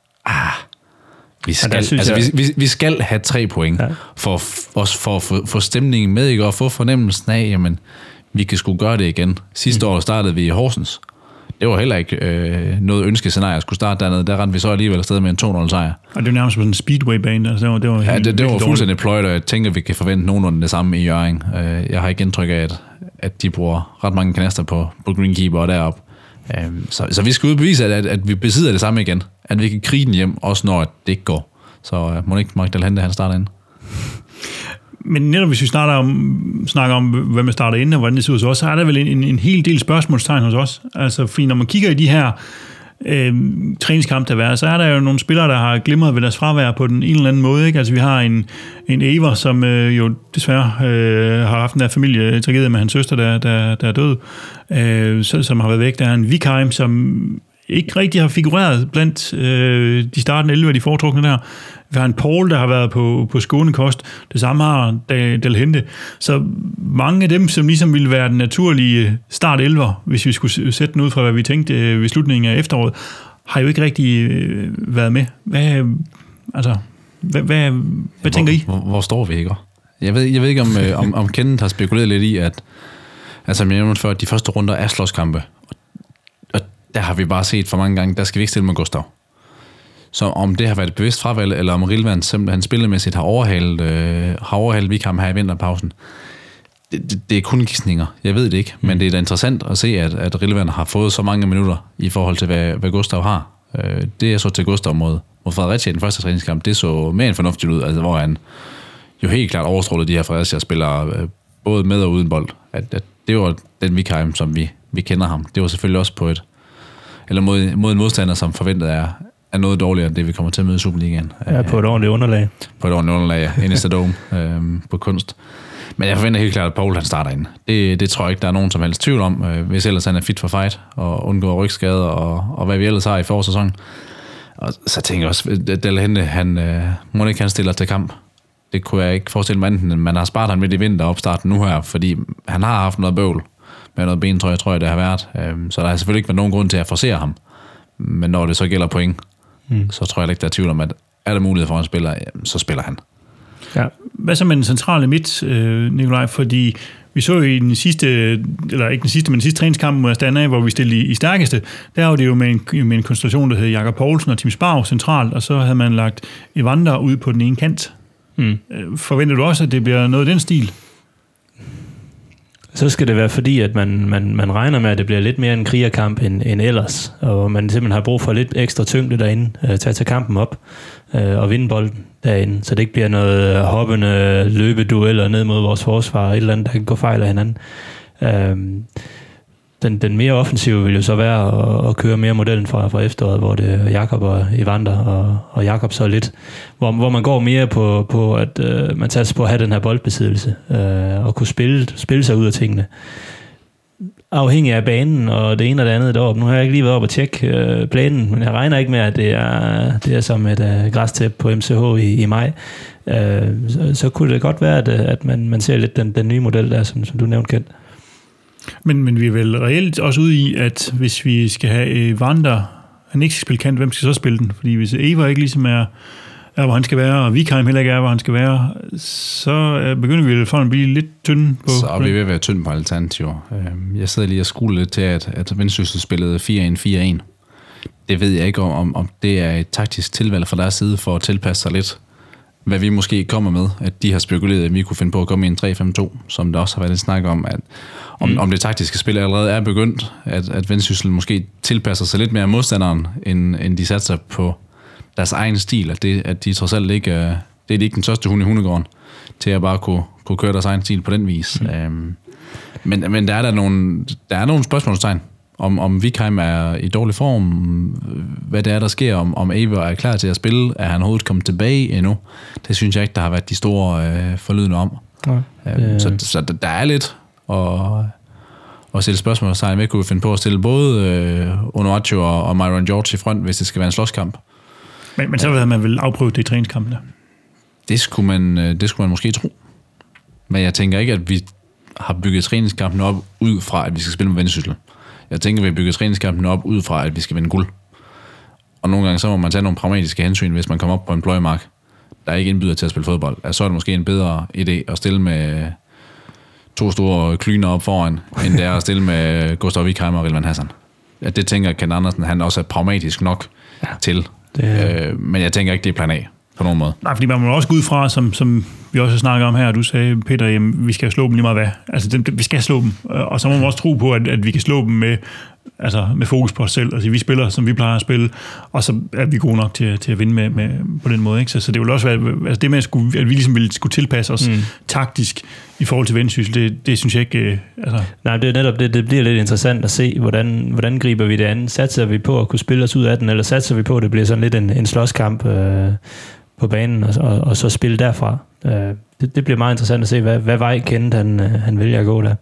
vi skal have 3 point for at få stemningen med, ikke? Og få fornemmelsen af, jamen, vi kan sgu gøre det igen. Sidste år startede vi i Horsens. Det var heller ikke noget ønskescenarie at skulle starte dernede. Der rendte vi så alligevel afsted med en 2-0 sejr. Og det var nærmest sådan en speedway-bane. Altså det var fuldstændig pløjt, og jeg tænker, at vi kan forvente nogenlunde det samme i Hjørring. Jeg har ikke indtryk af, at de bruger ret mange kanaster på Greenkeeper og deroppe. Så vi skal udbevise, at vi besidder det samme igen. At vi kan krige den hjem, også når det ikke går. Så må ikke Mark Dalhente, han starter ind. Men netop hvis vi snakker om, hvad man starter inde, og hvordan det ser ud hos os, så er der vel en hel del spørgsmålstegn hos os. Altså, fordi når man kigger i de her træningskamp, der er, så er der jo nogle spillere, der har glimret ved deres fravær på den en eller anden måde. Ikke? Altså, vi har en Ever, som jo desværre har haft en der familietragedie med hans søster, der er død, som har været væk. Der er en Vikheim, som ikke rigtig har figureret blandt de startende 11 af de foretrukne der. Vi har en Paul, der har været på skånekost. Det samme har Dalhente. Så mange af dem, som ligesom ville være den naturlige start 11'er, hvis vi skulle sætte den ud fra, hvad vi tænkte ved slutningen af efteråret, har jo ikke rigtig været med. Hvad tænker I? Hvor står vi, ikke? Jeg ved ikke, om Kenneth har spekuleret lidt i, at altså, jeg nævnte før, at de første runder er slåskampe. Og der har vi bare set for mange gange, der skal vi ikke stille med Gustav. Så om det har været et bevidst fravalg, eller om Rilvan simpelthen spillemæssigt har overhalet Vikheim her i vinterpausen, det er kun gidsninger. Jeg ved det ikke, men det er da interessant at se, at Rilvan har fået så mange minutter i forhold til, hvad Gustav har. Det er så til Gustav mod Fredericia i den første træningskamp. Det så mere end fornuftigt ud, altså, hvor han jo helt klart overstrålede de her Fredericia-spillere, både med og uden bold. At det var den Vikheim, som vi kender ham. Det var selvfølgelig også på mod en modstander, som forventet er noget dårligere end det, vi kommer til at møde i Superligaen. Ja, på et ordentligt underlag. På et ordentligt underlag, ja. Inde i Stadome på kunst. Men jeg forventer helt klart, at Paul han starter ind. Det tror jeg ikke, der er nogen som helst tvivl om, hvis ellers han er fit for fight og undgår rygskader og hvad vi ellers har i forårssæsonen. Og så tænker jeg også, at Dalhente, han må ikke stille til kamp. Det kunne jeg ikke forestille mig enten, man har sparet ham midt i vinteropstarten nu her, fordi han har haft noget bøvl med noget ben, tror jeg, det har været. Så der har selvfølgelig ikke været nogen grund til at forsere ham. Men når det så gælder point, så tror jeg ikke, der er tvivl om, at er der mulighed for, at han spiller, så spiller han. Ja. Hvad så med den centrale midt, Nikolaj? Fordi vi så jo i den sidste, eller ikke den sidste, men den sidste træningskamp mod Astana, hvor vi stillede i stærkeste, der var det jo med en konstellation, der hed Jakob Poulsen og Tim Sparv centralt, og så havde man lagt Evander ud på den ene kant. Forventer du også, at det bliver noget af den stil? Så skal det være fordi, at man regner med, at det bliver lidt mere en krigerkamp end ellers, og man simpelthen har brug for lidt ekstra tyngde derinde til at tage kampen op og vinde bolden derinde, så det ikke bliver noget hoppende løbedueller ned mod vores forsvar, et eller andet, der kan gå fejl af hinanden. Den mere offensive vil jo så være at køre mere modellen fra efteråret, hvor det er Jakob og Evander og Jakob så lidt, hvor man går mere på at man tager på at have den her boldbesiddelse og kunne spille sig ud af tingene. Afhængig af banen og det ene og det andet deroppe. Nu har jeg ikke lige været op og tjekke planen, men jeg regner ikke med, at det er som et græstæppe på MCH i maj. Så kunne det godt være, at man ser lidt den nye model der, som du nævnte, Kent. Men vi er vel reelt også ude i, at hvis vi skal have Evander, han ikke skal spille kant, hvem skal så spille den? Fordi hvis Eva ikke ligesom er hvor han skal være, og Vikheim heller ikke er, hvor han skal være, så begynder vi for at blive lidt tynde på... Så er vi ved at være tynde på alternativer. Jeg sidder lige og skuler lidt til, at Vendsyssel spillede 4-1-4-1. Det ved jeg ikke, om det er et taktisk tilvalg fra deres side for at tilpasse sig lidt, hvad vi måske kommer med, at de har spekuleret, at vi kunne finde på at komme i en 3-5-2, som der også har været lidt snak om, at om det taktiske spil allerede er begyndt, at Vendsyssel måske tilpasser sig lidt mere modstanderen, end de satser på deres egen stil, at de trods alt ikke, det er ikke den største hund i hundegården, til at bare kunne køre deres egen stil på den vis. Men der er nogle spørgsmålstegn, om Vikheim er i dårlig form, hvad det er, der sker, om Eva er klar til at spille, er han overhovedet kommet tilbage endnu. Det synes jeg ikke, der har været de store forlydende om. Så der er lidt at stille spørgsmålstegn. Vi kunne finde på at stille både Onuachu og Myron George i front, hvis det skal være en slåskamp. Men så havde man vel afprøvet det i træningskampene? Det skulle man måske tro. Men jeg tænker ikke, at vi har bygget træningskampen op ud fra, at vi skal spille med Vendsyssel. Jeg tænker, at vi har bygget træningskampen op ud fra, at vi skal vinde guld. Og nogle gange så må man tage nogle pragmatiske hensyn, hvis man kommer op på en pløjemark, der ikke indbyder til at spille fodbold. Altså, så er det måske en bedre idé at stille med 2 store klyner op foran, end det er at stille med Gustav Vikheim og Rilvan Hassan. Det tænker Ken Andersen, han også er pragmatisk nok til. Men jeg tænker ikke, det er plan A på nogen måde. Nej, fordi man må også gå ud fra, som vi også snakker om her, du sagde, Peter, jamen, vi skal slå dem lige meget hvad. Altså, vi skal slå dem, og så må man også tro på, at vi kan slå dem med fokus på os selv. Altså, vi spiller, som vi plejer at spille, og så er vi gode nok til at vinde med på den måde. Ikke? Så det vil også være, altså det med, at vi ligesom ville skulle tilpasse os taktisk i forhold til Vendsyssel, det synes jeg ikke... Nej, det er netop det bliver lidt interessant at se, hvordan griber vi det an. Satser vi på at kunne spille os ud af den, eller satser vi på, at det bliver sådan lidt en slåskamp på banen, og så spille derfra. Det bliver meget interessant at se, hvad vej Kent han vælger at gå der.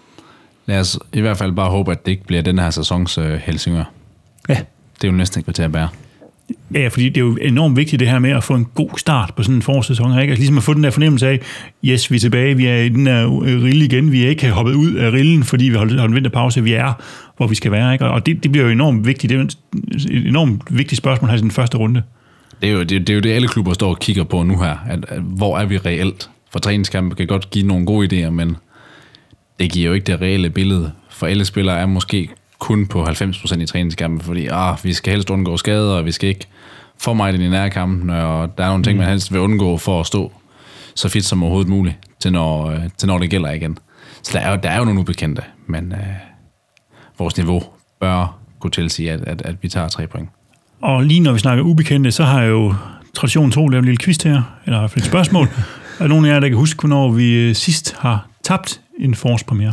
Lad os i hvert fald bare håbe, at det ikke bliver den her sæsons Helsingør. Ja. Det er jo næsten ikke til at bære. Ja, fordi det er jo enormt vigtigt det her med at få en god start på sådan en forårssæson her, ikke? Altså ligesom at få den der fornemmelse af, yes, vi er tilbage, vi er i den der rille igen, vi er ikke hoppet ud af rillen, fordi vi holdt en vinterpause, vi er, hvor vi skal være, ikke? Og det bliver jo enormt vigtigt. Det er jo et enormt vigtigt spørgsmål her i den første runde. Det er jo det, alle klubber står og kigger på nu her. At hvor er vi reelt? For træningskampe kan godt give nogle gode idéer, men det giver jo ikke det reelle billede. For alle spillere er måske kun på 90% i træningskampen, fordi vi skal helst undgå skader, og vi skal ikke for meget ind i nærkampen, og der er nogle ting, man helst vil undgå for at stå så fit som overhovedet muligt, til når det gælder igen. Så der er jo nogle ubekendte, men vores niveau bør kunne tilsige, at vi tager 3 point. Og lige når vi snakker ubekendte, så har jeg jo tradition tro lavet en lille quiz her, eller i hvert fald et spørgsmål. Er der nogen af jer, der kan huske, hvornår vi sidst har tabt en forårspremiere?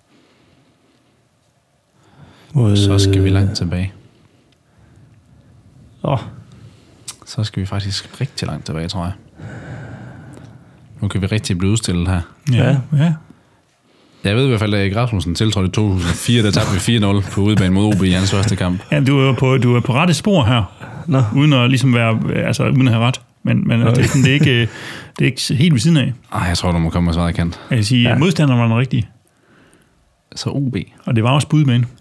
Så skal vi langt tilbage. Så skal vi faktisk rigtig langt tilbage, tror jeg. Nu kan vi rigtig blive udstillet her. Ja. Jeg ved i hvert fald, at Erik Rasmussen tiltrådte i 2004, der tabte vi 4-0 på udebane mod OB i hans første kamp. Ja, du er på rette spor her, uden at ligesom være, altså uden at have ret. Men det er ikke helt ved siden af. Jeg tror, du må komme med svaret Kent. Jeg kan sige, modstanderen var den rigtige. Så OB. Og det var også bud med en.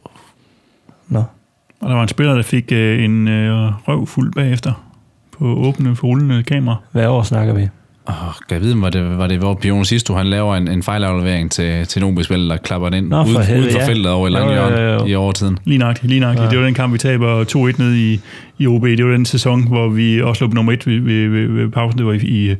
Og der var en spiller, der fik en røv fuld bagefter på åbne, forrullende kamera. Hvad år snakker vi? Kan jeg vide, var det hvor Pione sidste han laver en fejlaflevering til en OB-spiller, der klapper den ind uden for feltet over i langhjørnet i overtiden. Lige nøjagtigt. Ja. Det var den kamp, vi taber 2-1 ned i OB. Det var den sæson, hvor vi også lå på nummer 1 ved pausen. Det var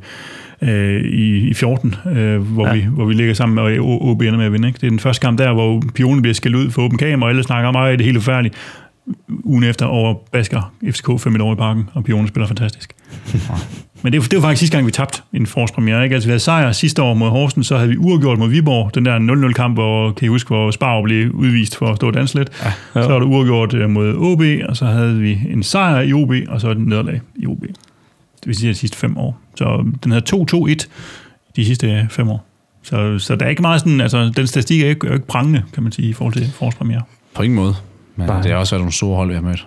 i 14, hvor vi ligger sammen, og OB ender med at vinde. Ikke? Det er den første kamp der, hvor Pione bliver skældt ud for åben kamera, og alle snakker om, det er helt forfærdeligt. Ugen efter over Basker FCK 5 år i parken, og Pione spiller fantastisk. Men det var faktisk sidste gang, vi tabte en forårspremiere. Ikke? Altså, vi havde sejr sidste år mod Horsens, så havde vi uafgjort mod Viborg, den der 0-0-kamp, hvor, kan I huske, hvor Sparv blev udvist for at stå og danse lidt. Ja. Så var det uafgjort mod OB, og så havde vi en sejr i OB, og så et nederlag i OB. Det vil sige de sidste 5 år. Så den havde 2-2-1 de sidste 5 år. Så der er ikke meget sådan, altså den statistik er ikke prangende, kan man sige, i forhold til forårspremiere. På ingen måde. Men det er også nogle store hold, vi har mødt.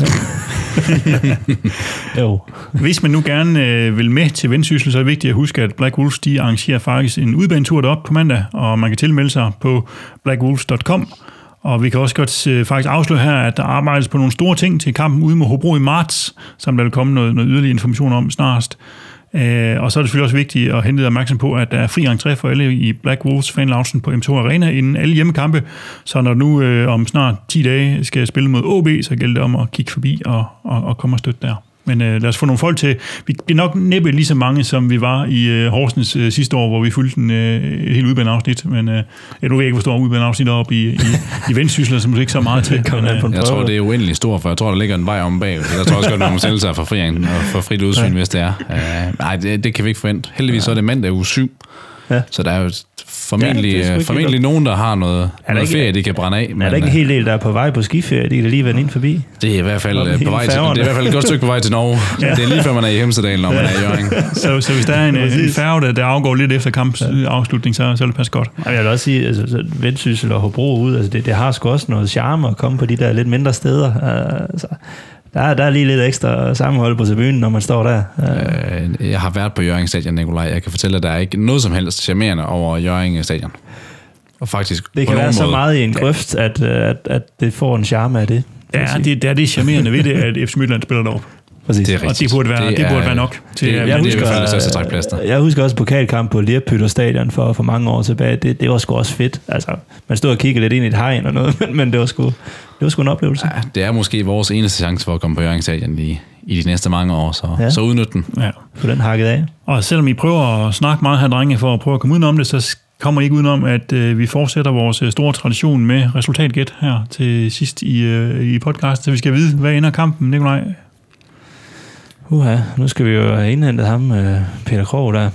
Jo. Hvis man nu gerne vil med til Vendsyssel, så er det vigtigt at huske, at Black Wolves de arrangerer faktisk en udbanetur derop på mandag, og man kan tilmelde sig på blackwolves.com. Og vi kan også godt faktisk afsløre her, at der arbejdes på nogle store ting til kampen ude med Hobro i marts, som der vil komme noget yderligere information om snarest. Og så er det selvfølgelig også vigtigt at hente opmærksom på, at der er fri entré for alle i Black Wolves fanloungen på M2 Arena inden alle hjemmekampe. Så når du nu om snart 10 dage skal spille mod OB, så gælder det om at kigge forbi og komme og støtte der. Men lad os få nogle folk til. Vi er nok næppe lige så mange, som vi var i Horsens sidste år, hvor vi fulgte et helt udbaneafsnit. Men nu ved jeg ikke, hvor stor udbaneafsnit deroppe i Vendsyssel, som ikke så meget til. Jeg tror, det er uendelig stort, for jeg tror, der ligger en vej om bag. Jeg tror også godt, man må sælge sig for frit udsyn, hvis det er. Nej, det kan vi ikke forvente. Heldigvis så er det mandag uge 7. Ja. Så der er jo formentlig nogen, der har noget ferie, de kan brænde af. Men er der ikke en hel del, der er på vej på skiferie? De kan lige være ind forbi. Det er i hvert fald på vej til, det er i hvert fald et godt stykke på vej til Norge. Ja. Det er lige før man er i Hemsedal, når man er i Hjørring. Så hvis der er en færge, der afgår lidt efter kampens afslutning, så vil det passe godt. Jeg vil også sige, altså Vendsyssel og Hobro ud, altså det har sgu også noget charme at komme på de der lidt mindre steder. Altså, der er lige lidt ekstra sammenhold på tribunen, når man står der. Jeg har været på Hjørring Stadion, Nikolaj. Jeg kan fortælle, at der er ikke noget som helst charmerende over Hjørring Stadion. Og faktisk det kan være så meget i en grøft, at det får en charme af det. Ja, det er det charmerende ved det, at FC Midtjylland spiller deroppe. Præcis. Det er rigtigt. Og det burde være nok. Jeg husker også pokalkamp på Lerpytter Stadion for mange år tilbage. Det var sgu også fedt. Altså, man stod og kiggede lidt ind i et hegn og noget, men det var sgu en oplevelse. Ja, det er måske vores eneste chance for at komme på Hjørring Stadion i de næste mange år, så udnyt den. Ja. Få den hakket af. Og selvom I prøver at snakke meget her, drenge, for at prøve at komme udenom det, så kommer I ikke udenom, at vi fortsætter vores store tradition med resultatgæt her til sidst i podcast, så vi skal vide, hvad ender kampen, Nikolaj? Nu skal vi jo have indhentet ham, Peter Krog der.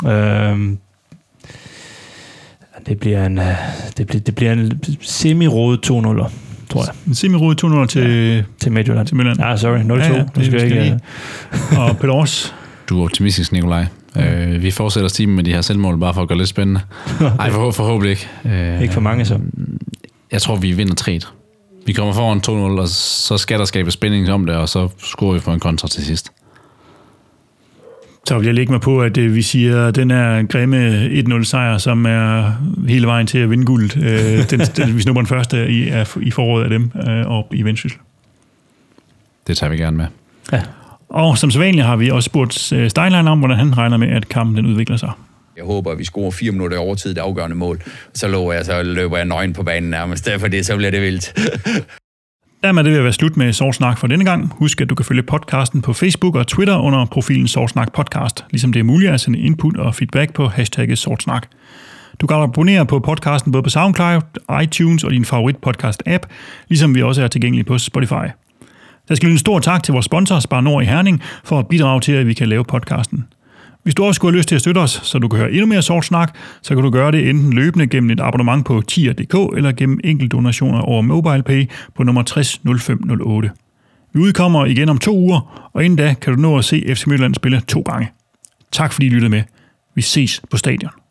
Det bliver en semi-rodet 2-0, tror jeg. En semi-rodet 2-0 til Midtjylland. Ja, sorry, 0-2. Ja, det skal ikke. Og Peter Ors. Du er optimistisk, Nikolaj. Vi fortsætter stimen med de her selvmål, bare for at gøre lidt spændende. Nej, forhåbentlig ikke. Ikke for mange, så. Jeg tror, vi vinder 3-1. Vi kommer foran 2-0, og så skal der skabe spænding om det, og så scorer vi på en kontra til sidst. Så vil jeg lægge mig på, at vi siger, at den er grimme 1-0-sejr, som er hele vejen til at vinde guld. Vi snupper den første i foråret af dem op i Vendsyssel. Det tager vi gerne med. Ja. Og som sædvanligt har vi også spurgt Steinlein om, hvordan han regner med, at kampen den udvikler sig. Jeg håber, at vi scorer 4 minutter i overtid, det afgørende mål. Så løber jeg nøgen på banen nærmest. Derfor så bliver det vildt. Dermed er det ved at være slut med Sortsnak for denne gang. Husk, at du kan følge podcasten på Facebook og Twitter under profilen Sortsnak Podcast, ligesom det er muligt at sende input og feedback på hashtagget Sortsnak. Du kan abonnere på podcasten både på SoundCloud, iTunes og din favorit podcast-app, ligesom vi også er tilgængelige på Spotify. Der skal lyde en stor tak til vores sponsor, Spar Nord i Herning, for at bidrage til, at vi kan lave podcasten. Hvis du også skulle have lyst til at støtte os, så du kan høre endnu mere Sortsnak, så kan du gøre det enten løbende gennem et abonnement på tier.dk eller gennem enkeltdonationer over MobilePay på nummer 600508. Vi udkommer igen om 2 uger, og inden da kan du nå at se FC Midtjylland spille 2 gange. Tak fordi I lyttede med. Vi ses på stadion.